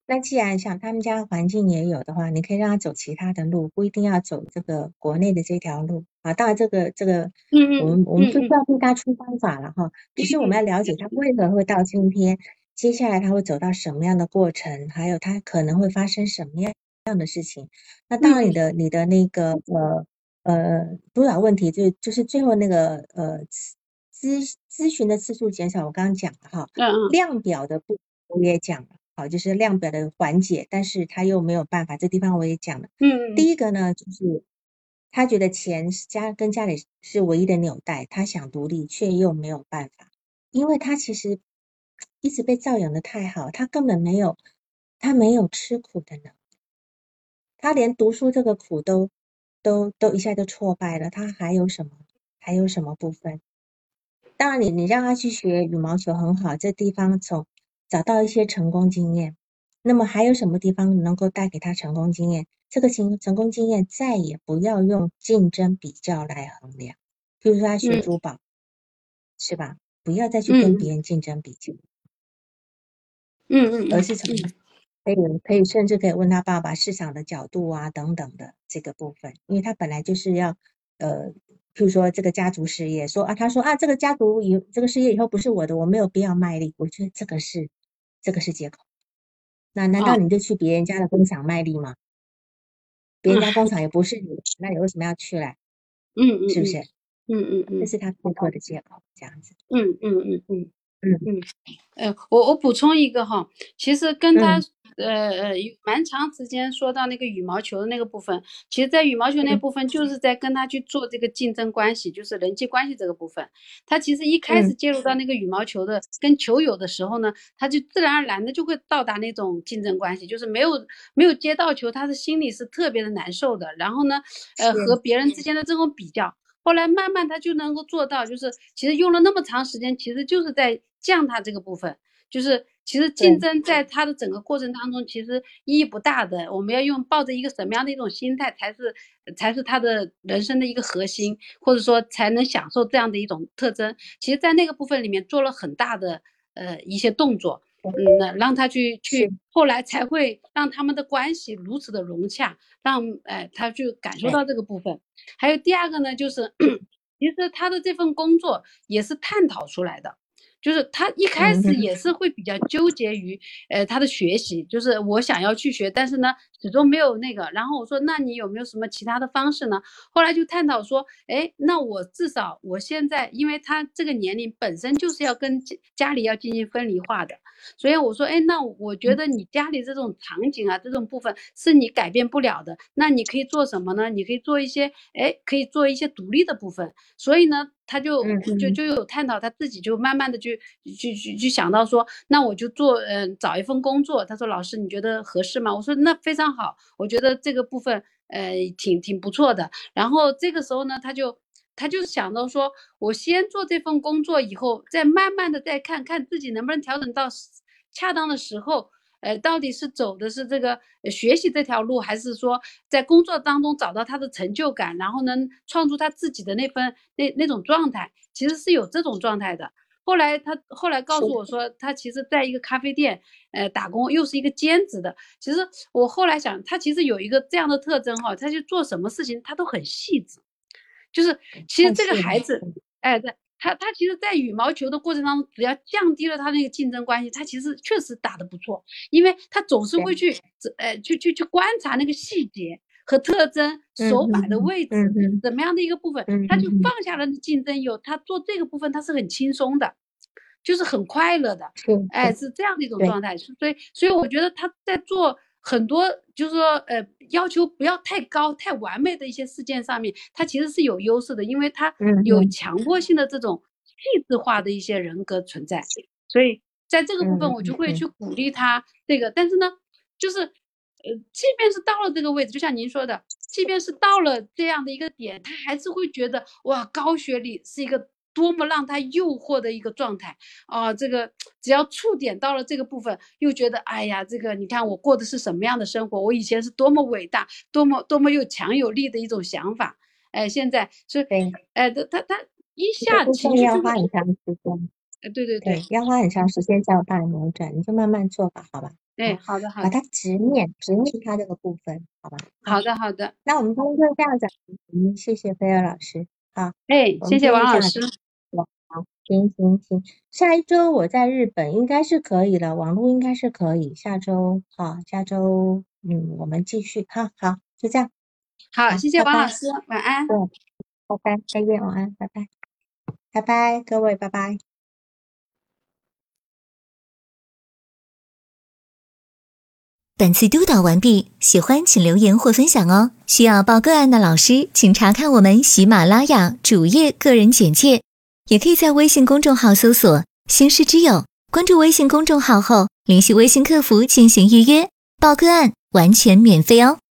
那既然像他们家环境也有的话，你可以让他走其他的路，不一定要走这个国内的这条路啊。当然，这个这个，我嗯嗯们我们不需嗯要替他出方法了哈，只是我们要了解他为何会到今天，接下来他会走到什么样的过程，还有他可能会发生什么样样的事情。那当然，你的你的那个呃呃督导问题就就是最后那个呃咨咨询的次数减少，我刚刚讲了哈， 嗯嗯量表的部分我也讲了。好，就是量表的缓解，但是他又没有办法，这地方我也讲了。 嗯嗯第一个呢，就是他觉得钱是家跟家里是唯一的纽带，他想独立却又没有办法，因为他其实一直被照养的太好，他根本没有他没有吃苦的能力，他连读书这个苦都都都一下就挫败了，他还有什么还有什么部分？当然你，你让他去学羽毛球很好，这地方从找到一些成功经验。那么还有什么地方能够带给他成功经验？这个成成功经验再也不要用竞争比较来衡量。比如说他学嗯珠宝，是吧？不要再去跟嗯别人竞争比较， 嗯嗯嗯而是从可以可以甚至可以问他爸爸市场的角度啊等等的这个部分，因为他本来就是要呃，譬如说这个家族事业，说啊他说啊这个家族以这个事业以后不是我的，我没有必要卖力，我觉得这个是这个是借口。那难道啊你就去别人家的工厂卖力吗？别人家工厂也不是你的，那你为什么要去嘞？ 嗯嗯嗯是不是？ 嗯嗯嗯这是他背后的借口，这样子。 嗯嗯嗯嗯嗯嗯。呃，我我补充一个哈，其实跟他嗯呃呃有蛮长时间说到那个羽毛球的那个部分，其实，在羽毛球那嗯部分就是在跟他去做这个竞争关系，就是人际关系这个部分。他其实一开始嗯， 介入到那个羽毛球的跟球友的时候呢，他就自然而然的就会到达那种竞争关系，就是没有没有接到球，他的心里是特别的难受的。然后呢，呃，和是别人之间的这种比较。后来慢慢他就能够做到，就是其实用了那么长时间，其实就是在降他这个部分，就是其实竞对， 争在他的整个过程当中其实意义不大的。我们要用抱着一个什么样的一种心态，才是才是他的人生的一个核心，或者说才能享受这样的一种特征。其实，在那个部分里面做了很大的呃一些动作，嗯，那让他去去， 是， 后来才会让他们的关系如此的融洽，让呃他去感受对， 到这个部分。还有第二个呢，就是其实他的这份工作也是探讨出来的，就是他一开嗯嗯始也是会比较纠结于呃他的学习，就是我想要去学，但是呢始终没有那个。然后我说，那你有没有什么其他的方式呢？后来就探讨说，哎，那我至少我现在，因为他这个年龄本身就是要跟家家里要进行分离化的，所以我说，哎，那我觉嗯得你家里这种场景啊，这种部分是你改变不了的，那你可以做什么呢？你可以做一些，哎，可以做一些独立的部分。所以呢，他就就嗯嗯就有探讨，他自己就慢慢的去去去去想到说，那我就做，嗯、找一份工作。他说，老师你觉得合适吗？我说那非常好，我觉得这个部分呃挺挺不错的。然后这个时候呢，他就他就想到说，我先做这份工作，以后再慢慢的再看看自己能不能调整到恰当的时候，呃，到底是走的是这个呃学习这条路，还是说在工作当中找到他的成就感，然后呢，创出他自己的那份那那种状态，其实是有这种状态的。后来他后来告诉我是， 说，他其实在一个咖啡店，呃，打工，又是一个兼职的。其实我后来想，他其实有一个这样的特征哈，他去做什么事情他都很细致。就是其实这个太是了， 孩子，哎，对，他他其实，在羽毛球的过程当中，只要降低了他那个竞争关系，他其实确实打得不错，因为他总是会对， 去，呃，去去去观察那个细节和特征， 嗯手摆的嗯位置， 嗯嗯怎么样的一个部分，他就嗯嗯， 放下了竞争以后，他做这个部分他是很轻松的，就是很快乐的。 是哎， 是， 是这样的一种对， 状态。所以所以我觉得他在做很多就是说呃要求不要太高太完美的一些事件上面，他其实是有优势的，因为他有嗯嗯强迫性的这种细致化的一些人格存在。所以在这个部分嗯我就会去嗯嗯， 鼓励他这个。但是呢，就是呃，即便是到了这个位置，就像您说的，即便是到了这样的一个点，他还是会觉得哇，高学历是一个多么让他诱惑的一个状态啊！这个只要触点到了这个部分，又觉得哎呀，这个你看我过的是什么样的生活？我以前是多么伟大，多么多么有强有力的一种想法。哎，现在是， 对， 哎，他他他一下这个部分情绪就会， 要花很长时间， 呃，对对对， 对。 要花很长时间才有办法扭转，你就慢慢做吧，好吧？ 对，好的好的， 把它直面直面它这个部分，好吧？ 好的好的。 那我们今天就这样子，嗯，谢谢菲尔老师，好， 哎，谢谢我们今天王老师。 就这样子。好，行行行，下一周我在日本应该是可以了，网络应该是可以。下周好，下周嗯，我们继续，好好，就这样。 好，谢谢拜拜。 王老师，晚安。 对，拜拜，再见，晚安，拜拜，拜拜，各位，拜拜。 本次督导完毕，喜欢请留言或分享哦。需要报个案的老师，请查看我们喜马拉雅主页个人简介，也可以在微信公众号搜索“星师之友”，关注微信公众号后，联系微信客服进行预约，报个案完全免费哦。